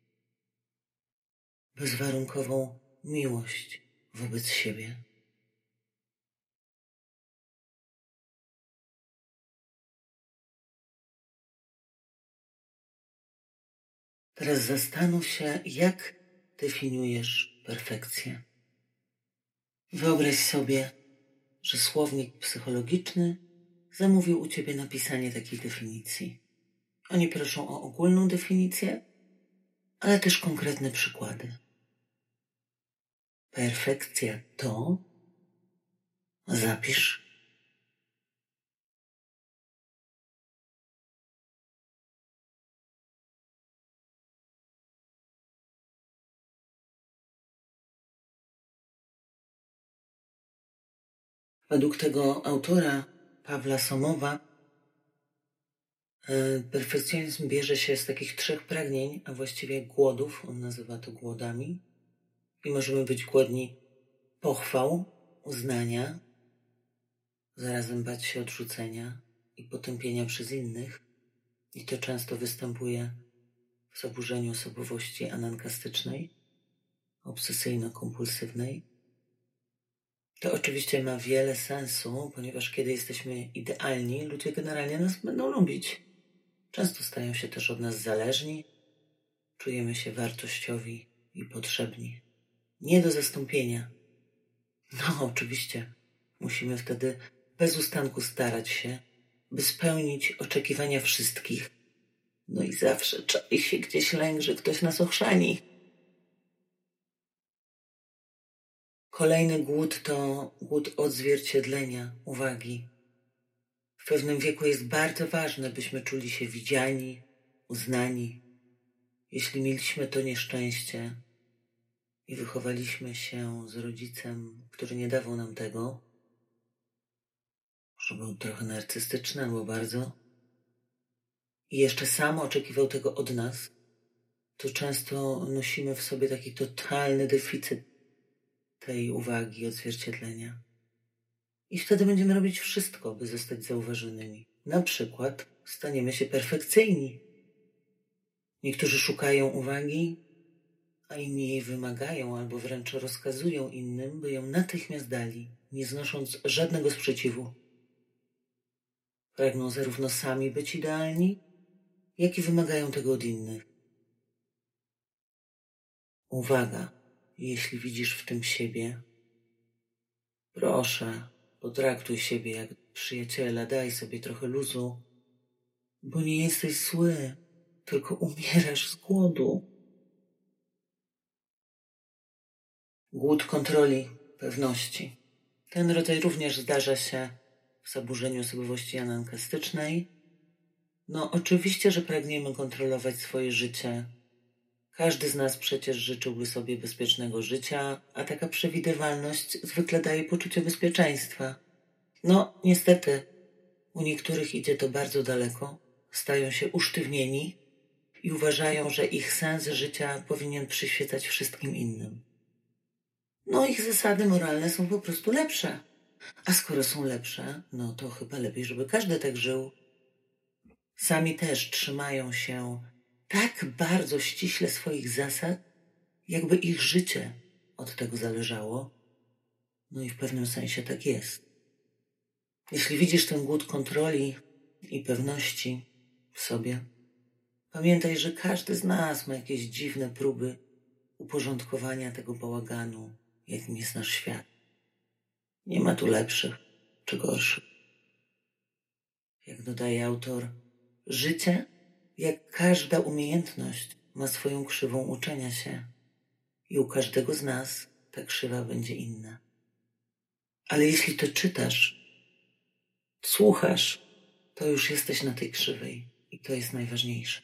bezwarunkową miłość wobec siebie? Teraz zastanów się, jak definiujesz perfekcję. Wyobraź sobie, że słownik psychologiczny zamówił u ciebie napisanie takiej definicji. Oni proszą o ogólną definicję, ale też konkretne przykłady. Perfekcja to... Zapisz. Według tego autora, Pawła Somowa, perfekcjonizm bierze się z takich trzech pragnień, a właściwie głodów, on nazywa to głodami. I możemy być głodni pochwał, uznania, zarazem bać się odrzucenia i potępienia przez innych. I to często występuje w zaburzeniu osobowości anankastycznej, obsesyjno-kompulsywnej. To oczywiście ma wiele sensu, ponieważ kiedy jesteśmy idealni, ludzie generalnie nas będą lubić. Często stają się też od nas zależni, czujemy się wartościowi i potrzebni. Nie do zastąpienia. No, oczywiście, musimy wtedy bez ustanku starać się, by spełnić oczekiwania wszystkich. No i zawsze czai się gdzieś lęk, że ktoś nas ochrzani. Kolejny głód to głód odzwierciedlenia, uwagi. W pewnym wieku jest bardzo ważne, byśmy czuli się widziani, uznani. Jeśli mieliśmy to nieszczęście i wychowaliśmy się z rodzicem, który nie dawał nam tego, że był trochę narcystyczny albo bardzo, i jeszcze sam oczekiwał tego od nas, to często nosimy w sobie taki totalny deficyt tej uwagi, odzwierciedlenia. I wtedy będziemy robić wszystko, by zostać zauważonymi. Na przykład staniemy się perfekcyjni. Niektórzy szukają uwagi, a inni jej wymagają albo wręcz rozkazują innym, by ją natychmiast dali, nie znosząc żadnego sprzeciwu. Pragną zarówno sami być idealni, jak i wymagają tego od innych. Uwaga, jeśli widzisz w tym siebie, proszę, potraktuj siebie jak przyjaciela, daj sobie trochę luzu, bo nie jesteś zły, tylko umierasz z głodu. Głód kontroli, pewności. Ten rodzaj również zdarza się w zaburzeniu osobowości anankastycznej. No oczywiście, że pragniemy kontrolować swoje życie. Każdy z nas przecież życzyłby sobie bezpiecznego życia, a taka przewidywalność zwykle daje poczucie bezpieczeństwa. No niestety, u niektórych idzie to bardzo daleko. Stają się usztywnieni i uważają, że ich sens życia powinien przyświecać wszystkim innym. No ich zasady moralne są po prostu lepsze. A skoro są lepsze, no to chyba lepiej, żeby każdy tak żył. Sami też trzymają się tak bardzo ściśle swoich zasad, jakby ich życie od tego zależało. No i w pewnym sensie tak jest. Jeśli widzisz ten głód kontroli i pewności w sobie, pamiętaj, że każdy z nas ma jakieś dziwne próby uporządkowania tego bałaganu, jakim jest nasz świat. Nie ma tu lepszych czy gorszych. Jak dodaje autor, życie, jak każda umiejętność, ma swoją krzywą uczenia się i u każdego z nas ta krzywa będzie inna. Ale jeśli to czytasz, słuchasz, to już jesteś na tej krzywej i to jest najważniejsze.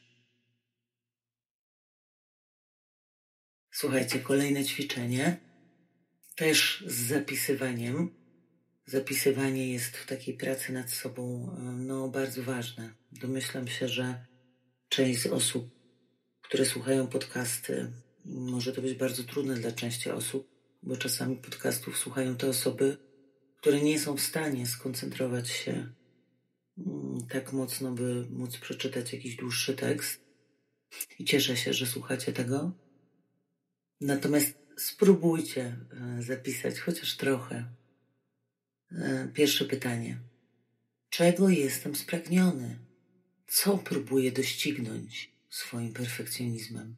Słuchajcie, kolejne ćwiczenie, też z zapisywaniem. zapisywanie jest w takiej pracy nad sobą no, bardzo ważne. Domyślam się, że część z osób, które słuchają podcasty, może to być bardzo trudne dla części osób, bo czasami podcastów słuchają te osoby, które nie są w stanie skoncentrować się tak mocno, by móc przeczytać jakiś dłuższy tekst. I cieszę się, że słuchacie tego. Natomiast spróbujcie zapisać chociaż trochę. Pierwsze pytanie. Czego jestem spragniony? Co próbuję doścignąć swoim perfekcjonizmem?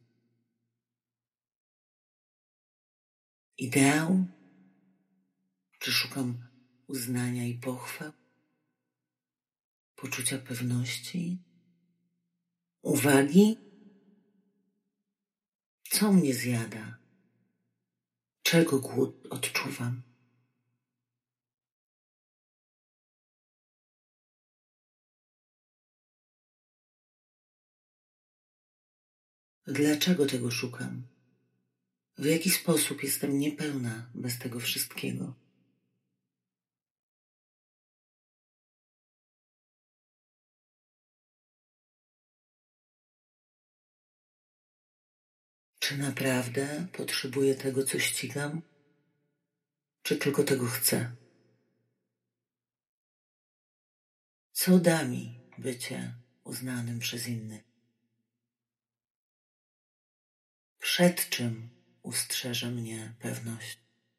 Ideał? Czy szukam uznania i pochwał? Poczucia pewności? Uwagi? Co mnie zjada? Czego głód odczuwam? Dlaczego tego szukam? W jaki sposób jestem niepełna bez tego wszystkiego? Czy naprawdę potrzebuję tego, co ścigam? Czy tylko tego chcę? Co da mi bycie uznanym przez innych? Przed czym ustrzeże mnie pewność?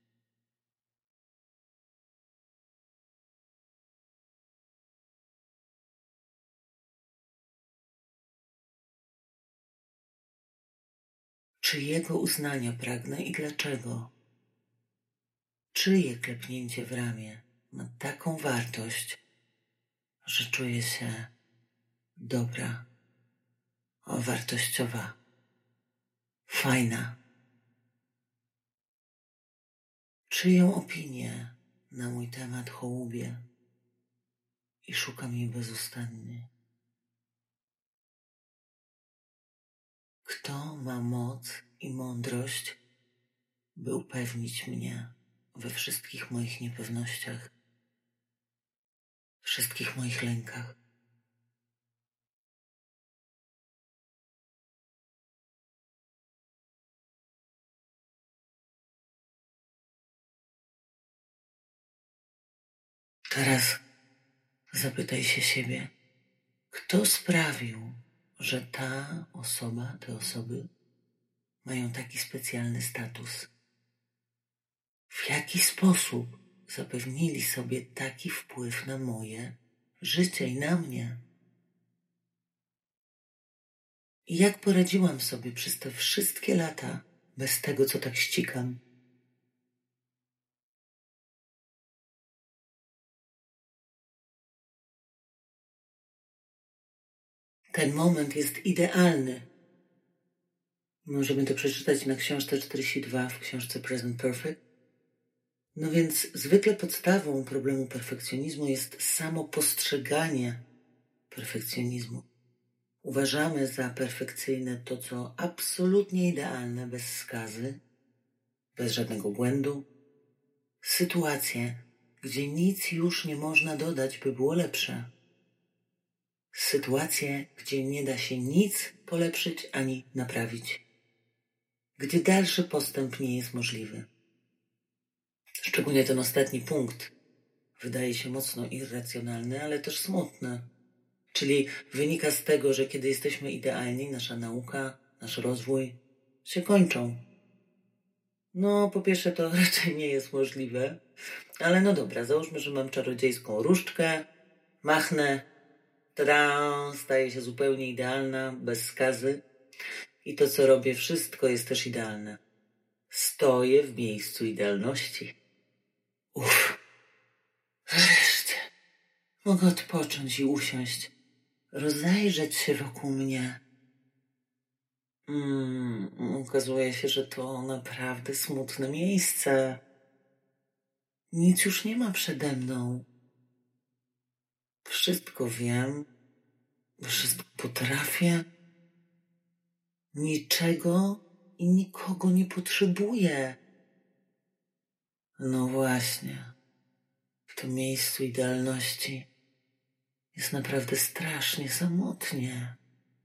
Czyjego uznania pragnę i dlaczego? Czyje klepnięcie w ramię ma taką wartość, że czuję się dobra, wartościowa, fajna? Czyją opinię na mój temat hołubię i szukam jej bezustannie? Kto ma moc i mądrość, by upewnić mnie we wszystkich moich niepewnościach, wszystkich moich lękach? Teraz zapytaj się siebie, kto sprawił, że ta osoba, te osoby mają taki specjalny status? W jaki sposób zapewnili sobie taki wpływ na moje życie i na mnie? I jak poradziłam sobie przez te wszystkie lata bez tego, co tak ścigam? Ten moment jest idealny. Możemy to przeczytać na książce czterdzieści dwa w książce Present Perfect. No więc zwykle podstawą problemu perfekcjonizmu jest samo postrzeganie perfekcjonizmu. Uważamy za perfekcyjne to, co absolutnie idealne, bez skazy, bez żadnego błędu. Sytuacje, gdzie nic już nie można dodać, by było lepsze. Sytuacje, gdzie nie da się nic polepszyć ani naprawić. Gdzie dalszy postęp nie jest możliwy. Szczególnie ten ostatni punkt wydaje się mocno irracjonalny, ale też smutny. Czyli wynika z tego, że kiedy jesteśmy idealni, nasza nauka, nasz rozwój się kończą. No, po pierwsze to raczej nie jest możliwe, ale no dobra, załóżmy, że mam czarodziejską różdżkę, machnę, tada, staje się zupełnie idealna, bez skazy i to, co robię, wszystko jest też idealne. Stoję w miejscu idealności. Uff, wreszcie mogę odpocząć i usiąść, rozejrzeć się wokół mnie. Mm, okazuje się, że to naprawdę smutne miejsce. Nic już nie ma przede mną. Wszystko wiem, wszystko potrafię. Niczego i nikogo nie potrzebuję. No właśnie. tym miejscu idealności jest naprawdę strasznie samotnie.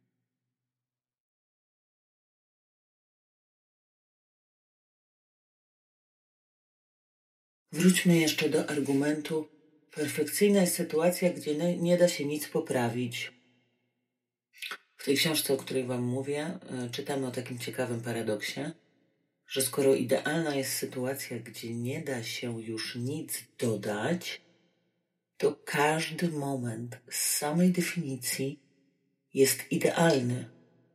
Wróćmy jeszcze do argumentu: perfekcyjna jest sytuacja, gdzie nie da się nic poprawić. W tej książce, o której wam mówię, czytamy o takim ciekawym paradoksie, że skoro idealna jest sytuacja, gdzie nie da się już nic dodać, to każdy moment z samej definicji jest idealny.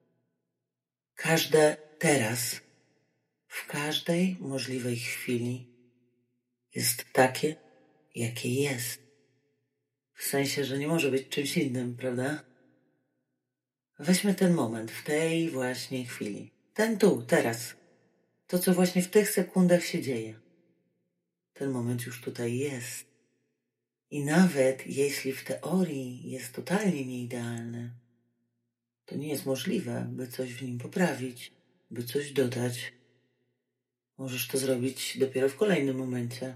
Każde teraz, w każdej możliwej chwili jest takie, jakie jest. W sensie, że nie może być czymś innym, prawda? Weźmy ten moment, w tej właśnie chwili. Ten tu, teraz. To, co właśnie w tych sekundach się dzieje. Ten moment już tutaj jest. I nawet jeśli w teorii jest totalnie nieidealny, to nie jest możliwe, by coś w nim poprawić, by coś dodać. Możesz to zrobić dopiero w kolejnym momencie.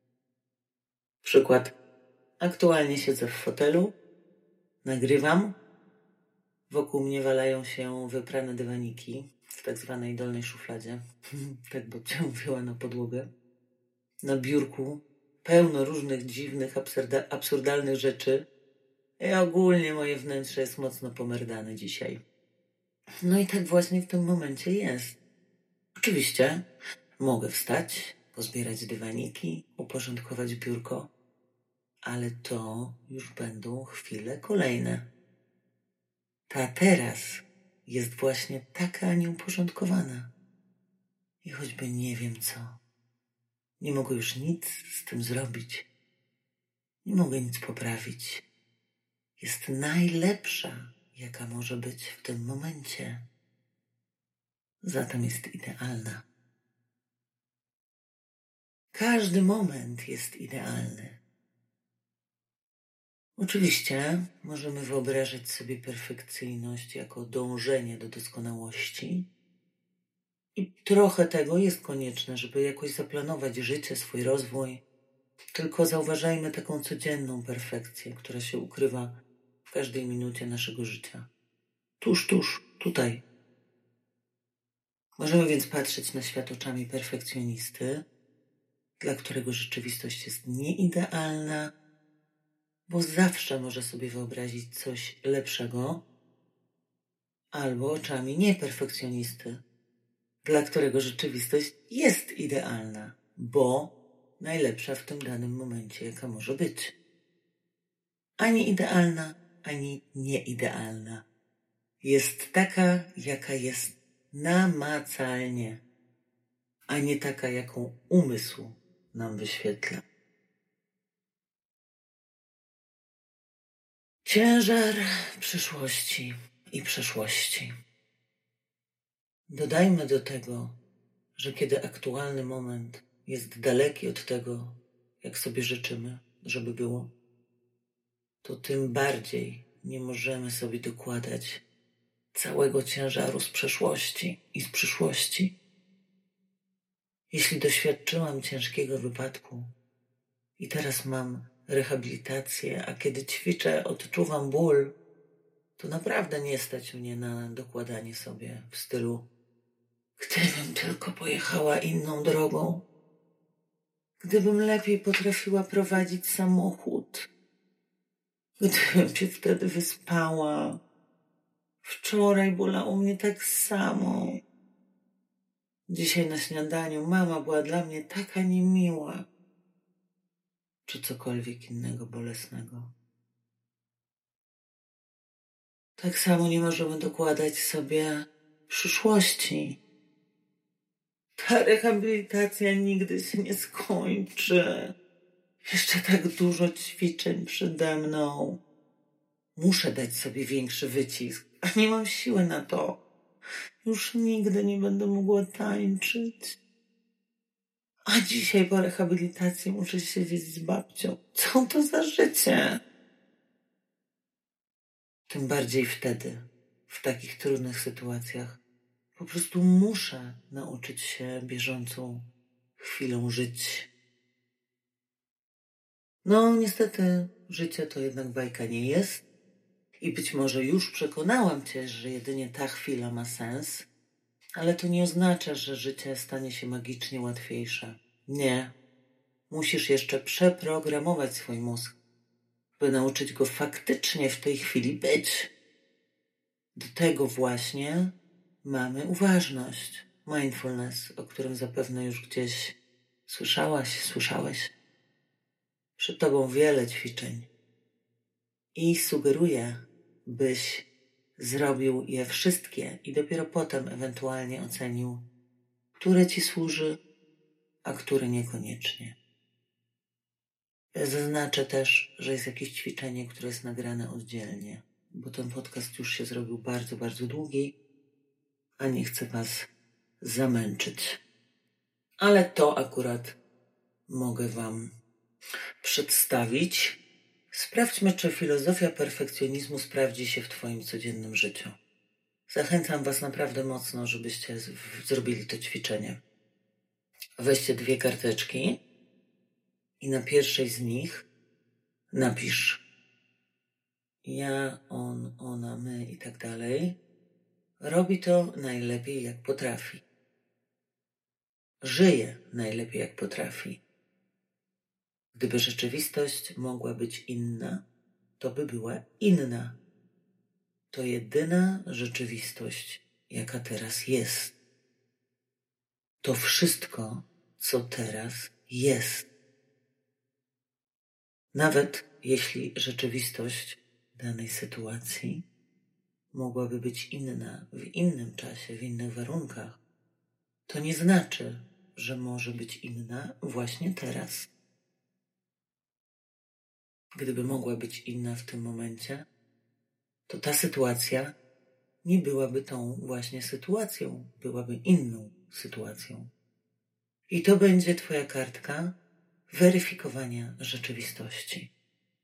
Przykład. Aktualnie siedzę w fotelu, nagrywam. Wokół mnie walają się wyprane dywaniki w tak zwanej dolnej szufladzie. Tak babcia mówiła, na podłogę. Na biurku pełno różnych dziwnych, absurda- absurdalnych rzeczy. I ogólnie moje wnętrze jest mocno pomerdane dzisiaj. No i tak właśnie w tym momencie jest. Oczywiście mogę wstać, pozbierać dywaniki, uporządkować biurko, ale to już będą chwile kolejne. Ta teraz jest właśnie taka nieuporządkowana. I choćby nie wiem co, nie mogę już nic z tym zrobić. Nie mogę nic poprawić. Jest najlepsza, jaka może być w tym momencie. Zatem jest idealna. Każdy moment jest idealny. Oczywiście możemy wyobrażać sobie perfekcyjność jako dążenie do doskonałości i trochę tego jest konieczne, żeby jakoś zaplanować życie, swój rozwój. Tylko zauważajmy taką codzienną perfekcję, która się ukrywa w każdej minucie naszego życia. Tuż, tuż, tutaj. Możemy więc patrzeć na świat oczami perfekcjonisty, dla którego rzeczywistość jest nieidealna, bo zawsze może sobie wyobrazić coś lepszego, albo oczami nieperfekcjonisty, dla którego rzeczywistość jest idealna, bo najlepsza w tym danym momencie, jaka może być. Ani idealna, ani nieidealna. Jest taka, jaka jest namacalnie, a nie taka, jaką umysł nam wyświetla. Ciężar przyszłości i przeszłości. Dodajmy do tego, że kiedy aktualny moment jest daleki od tego, jak sobie życzymy, żeby było, to tym bardziej nie możemy sobie dokładać całego ciężaru z przeszłości i z przyszłości. Jeśli doświadczyłam ciężkiego wypadku i teraz mam rehabilitację, a kiedy ćwiczę, odczuwam ból, to naprawdę nie stać mnie na dokładanie sobie w stylu: gdybym tylko pojechała inną drogą, gdybym lepiej potrafiła prowadzić samochód, gdybym się wtedy wyspała, wczoraj bolało mnie tak samo, dzisiaj na śniadaniu mama była dla mnie taka niemiła, czy cokolwiek innego bolesnego. Tak samo nie możemy dokładać sobie przyszłości. Ta rehabilitacja nigdy się nie skończy. Jeszcze tak dużo ćwiczeń przede mną. Muszę dać sobie większy wycisk, a nie mam siły na to. Już nigdy nie będę mogła tańczyć. A dzisiaj po rehabilitacji muszę siedzieć z babcią. Co to za życie? Tym bardziej wtedy, w takich trudnych sytuacjach, po prostu muszę nauczyć się bieżącą chwilą żyć. No, niestety, życie to jednak bajka nie jest. I być może już przekonałam Cię, że jedynie ta chwila ma sens, ale to nie oznacza, że życie stanie się magicznie łatwiejsze. Nie. Musisz jeszcze przeprogramować swój mózg, by nauczyć go faktycznie w tej chwili być. Do tego właśnie mamy uważność, mindfulness, o którym zapewne już gdzieś słyszałaś, słyszałeś. Przed Tobą wiele ćwiczeń i sugeruję, byś zrobił je wszystkie i dopiero potem ewentualnie ocenił, które Ci służy, a które niekoniecznie. Zaznaczę też, że jest jakieś ćwiczenie, które jest nagrane oddzielnie, bo ten podcast już się zrobił bardzo, bardzo długi, a nie chcę Was zamęczyć. Ale to akurat mogę Wam przedstawić. Sprawdźmy, czy filozofia perfekcjonizmu sprawdzi się w Twoim codziennym życiu. Zachęcam Was naprawdę mocno, żebyście z- zrobili to ćwiczenie. Weźcie dwie karteczki i na pierwszej z nich napisz ja, on, ona, my i tak dalej. Robi to najlepiej jak potrafi. Żyje najlepiej jak potrafi. Gdyby rzeczywistość mogła być inna, to by była inna. To jedyna rzeczywistość, jaka teraz jest. To wszystko, co teraz jest. Nawet jeśli rzeczywistość danej sytuacji mogłaby być inna w innym czasie, w innych warunkach, to nie znaczy, że może być inna właśnie teraz. Gdyby mogła być inna w tym momencie, to ta sytuacja nie byłaby tą właśnie sytuacją, byłaby inną sytuacją. I to będzie Twoja kartka weryfikowania rzeczywistości.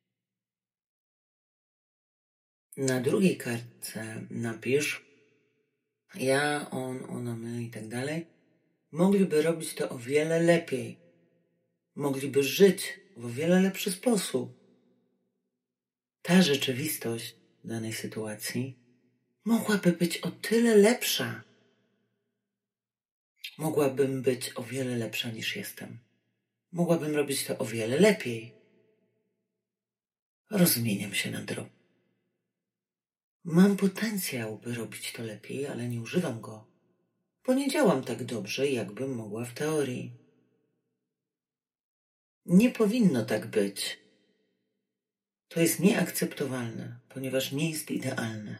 Na drugiej kartce napisz ja, on, ona, my i tak dalej. Mogliby robić to o wiele lepiej. Mogliby żyć w o wiele lepszy sposób. Ta rzeczywistość danej sytuacji mogłaby być o tyle lepsza. Mogłabym być o wiele lepsza niż jestem. Mogłabym robić to o wiele lepiej. Rozmieniam się na drobne. Mam potencjał, by robić to lepiej, ale nie używam go, bo nie działam tak dobrze, jakbym mogła w teorii. Nie powinno tak być. To jest nieakceptowalne, ponieważ nie jest idealne.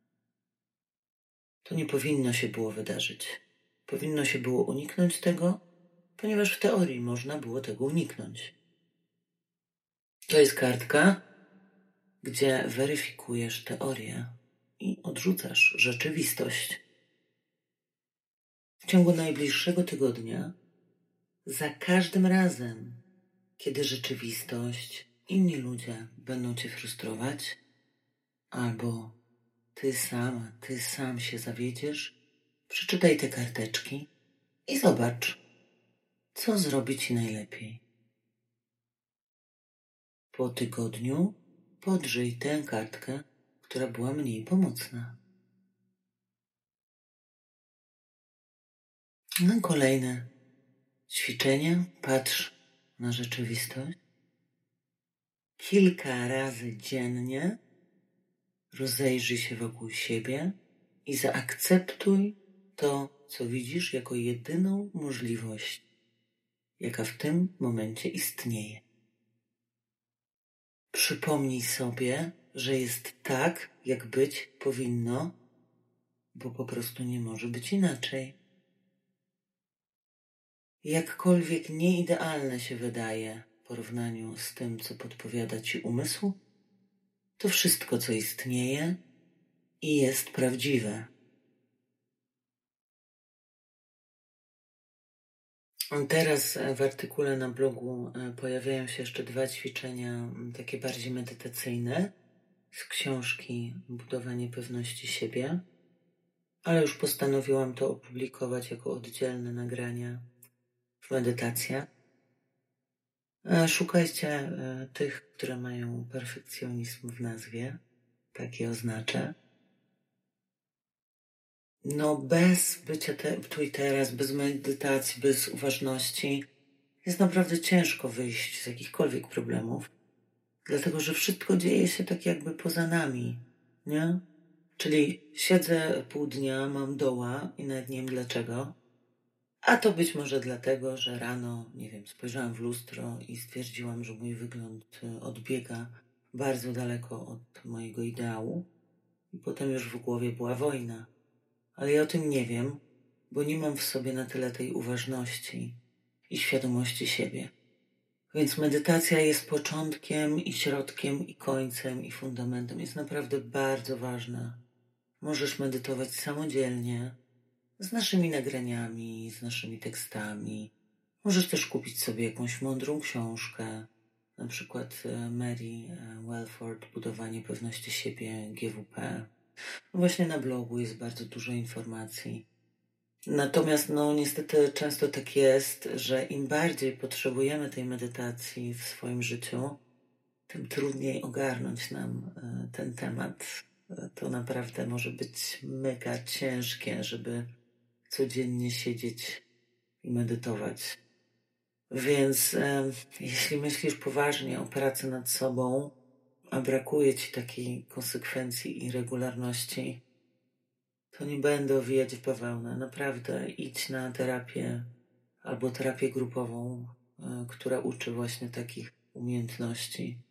To nie powinno się było wydarzyć. Powinno się było uniknąć tego, ponieważ w teorii można było tego uniknąć. To jest kartka, gdzie weryfikujesz teorię i odrzucasz rzeczywistość. W ciągu najbliższego tygodnia, za każdym razem, kiedy rzeczywistość, inni ludzie będą Cię frustrować, albo Ty sama, Ty sam się zawiedziesz, przeczytaj te karteczki i zobacz, co zrobi Ci najlepiej. Po tygodniu podrzyj tę kartkę, która była mniej pomocna. Na kolejne ćwiczenia patrz na rzeczywistość. Kilka razy dziennie rozejrzyj się wokół siebie i zaakceptuj to, co widzisz, jako jedyną możliwość, jaka w tym momencie istnieje. Przypomnij sobie, że jest tak, jak być powinno, bo po prostu nie może być inaczej. Jakkolwiek nieidealne się wydaje w porównaniu z tym, co podpowiada Ci umysł, to wszystko, co istnieje i jest prawdziwe. Teraz w artykule na blogu pojawiają się jeszcze dwa ćwiczenia, takie bardziej medytacyjne, z książki Budowanie pewności siebie, ale już postanowiłam to opublikować jako oddzielne nagrania w medytacjach. E, Szukajcie e, tych, które mają perfekcjonizm w nazwie. Tak je oznaczę. No bez bycia te, tu i teraz, bez medytacji, bez uważności jest naprawdę ciężko wyjść z jakichkolwiek problemów. Dlatego, że wszystko dzieje się tak jakby poza nami, nie? Czyli siedzę pół dnia, mam doła i nawet nie wiem dlaczego. A to być może dlatego, że rano, nie wiem, spojrzałam w lustro i stwierdziłam, że mój wygląd odbiega bardzo daleko od mojego ideału. I potem już w głowie była wojna. Ale ja o tym nie wiem, bo nie mam w sobie na tyle tej uważności i świadomości siebie. Więc medytacja jest początkiem i środkiem i końcem i fundamentem. Jest naprawdę bardzo ważna. Możesz medytować samodzielnie, z naszymi nagraniami, z naszymi tekstami. Możesz też kupić sobie jakąś mądrą książkę, na przykład Mary Welford, Budowanie pewności siebie, G W P. Właśnie na blogu jest bardzo dużo informacji. Natomiast no niestety często tak jest, że im bardziej potrzebujemy tej medytacji w swoim życiu, tym trudniej ogarnąć nam ten temat. To naprawdę może być mega ciężkie, żeby codziennie siedzieć i medytować. Więc e, jeśli myślisz poważnie o pracy nad sobą, a brakuje ci takiej konsekwencji i regularności, to nie będę owijać w bawełnę. Naprawdę idź na terapię albo terapię grupową, y, która uczy właśnie takich umiejętności.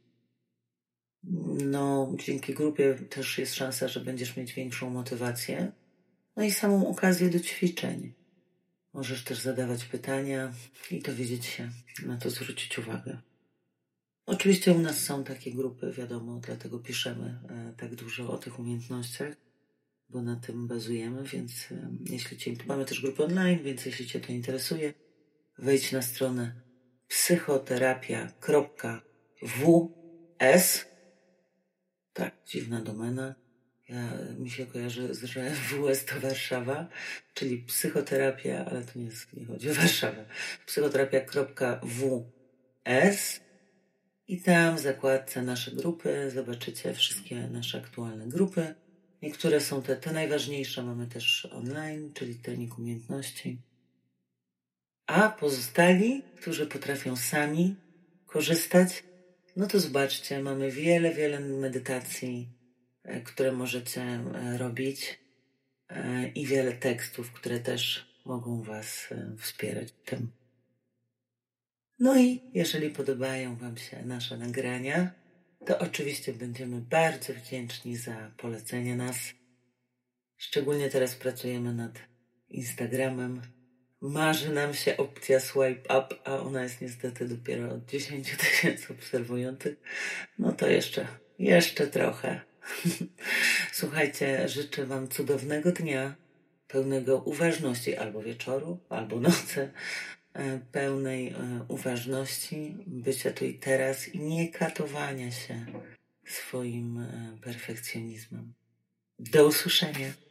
No, dzięki grupie też jest szansa, że będziesz mieć większą motywację. No i samą okazję do ćwiczeń. Możesz też zadawać pytania i dowiedzieć się, na to zwrócić uwagę. Oczywiście u nas są takie grupy, wiadomo, dlatego piszemy e, tak dużo o tych umiejętnościach, bo na tym bazujemy, więc e, jeśli cię, mamy też grupy online, więc jeśli cię to interesuje, wejdź na stronę psychoterapia kropka w s. Tak, dziwna domena. Ja, mi się kojarzy, że W S to Warszawa, czyli psychoterapia, ale to nie, jest, nie chodzi o Warszawę. psychoterapia kropka w s i tam w zakładce nasze grupy zobaczycie wszystkie nasze aktualne grupy. Niektóre są te, te najważniejsze, mamy też online, czyli trening umiejętności. A pozostali, którzy potrafią sami korzystać, no to zobaczcie, mamy wiele, wiele medytacji, które możecie robić i wiele tekstów, które też mogą Was wspierać w tym. No i jeżeli podobają Wam się nasze nagrania, to oczywiście będziemy bardzo wdzięczni za polecenie nas. Szczególnie teraz pracujemy nad Instagramem. Marzy nam się opcja swipe up, a ona jest niestety dopiero od dziesięć tysięcy obserwujących. No to jeszcze, jeszcze trochę. Słuchajcie, życzę Wam cudownego dnia, pełnego uważności, albo wieczoru, albo nocy, pełnej uważności, bycia tu i teraz i nie katowania się swoim perfekcjonizmem. Do usłyszenia.